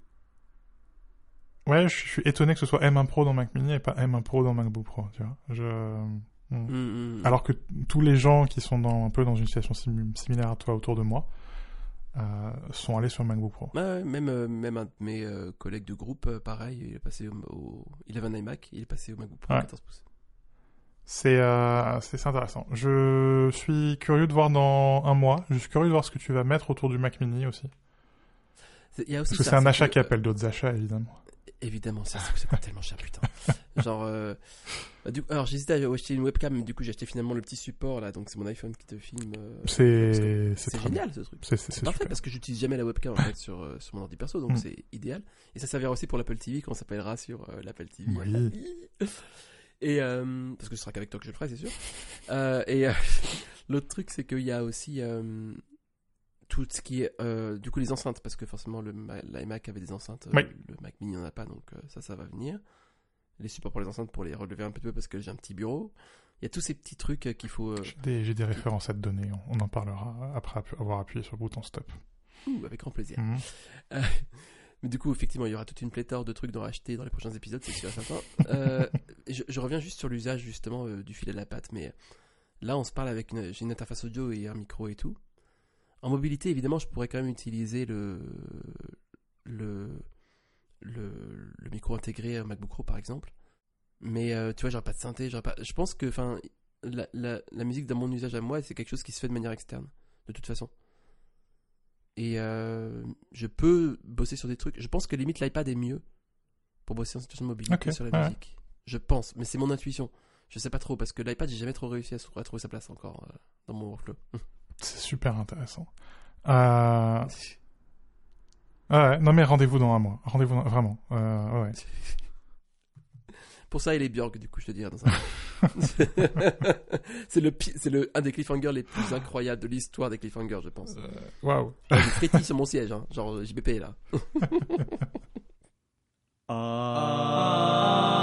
étonné que ce soit M1 Pro dans Mac Mini et pas M1 Pro dans MacBook Pro, tu vois. Alors que tous les gens qui sont un peu dans une situation similaire à toi autour de moi sont allés sur MacBook Pro. Même un de mes collègues de groupe, pareil, il est passé il avait un iMac, il est passé au MacBook Pro 14 pouces. C'est intéressant. Je suis curieux de voir dans un mois. Je suis curieux de voir ce que tu vas mettre autour du Mac Mini aussi. Il y a aussi parce que c'est un achat qui appelle d'autres achats, évidemment. Évidemment, ça coûte tellement cher, putain. Genre, alors j'hésitais à acheter une webcam, mais du coup j'ai acheté finalement le petit support là, donc c'est mon iPhone qui te filme. C'est génial ce truc. C'est parfait parce que j'utilise jamais la webcam en fait sur mon ordi perso, donc c'est idéal. Et ça servira aussi pour l'Apple TV quand on s'appellera sur l'Apple TV. Oui. Et parce que ce sera qu'avec toi que je le ferai, c'est sûr. L'autre truc, c'est qu'il y a aussi tout ce qui est du coup les enceintes, parce que forcément l'iMac avait des enceintes, oui. Le Mac Mini n'en a pas, donc ça va venir. Les supports pour les enceintes pour les relever un peu parce que j'ai un petit bureau. Il y a tous ces petits trucs qu'il faut. J'ai des références à te donner. On en parlera après avoir appuyé sur le bouton stop. Avec grand plaisir. Mais du coup, effectivement, il y aura toute une pléthore de trucs à acheter dans les prochains épisodes, c'est sûr et certain. Je reviens juste sur l'usage justement du fil à la patte, mais là, on se parle avec j'ai une interface audio et un micro et tout. En mobilité, évidemment, je pourrais quand même utiliser le micro intégré MacBook Pro, par exemple. Mais tu vois, j'aurais pas de synthé, je pense que, la musique dans mon usage à moi, c'est quelque chose qui se fait de manière externe, de toute façon. Et je peux bosser sur des trucs. Je pense que limite l'iPad est mieux pour bosser en situation de mobilité sur la musique. Je pense, mais c'est mon intuition. Je sais pas trop parce que l'iPad, j'ai jamais trop réussi à trouver sa place encore dans mon workflow. C'est super intéressant. Non mais rendez-vous dans un mois. Rendez-vous vraiment. Ouais. Pour ça, il est Björk, du coup, je te dirais dans un c'est un des cliffhangers les plus incroyables de l'histoire des cliffhangers, je pense. Waouh. J'ai frétille sur mon siège, hein, genre JBP là.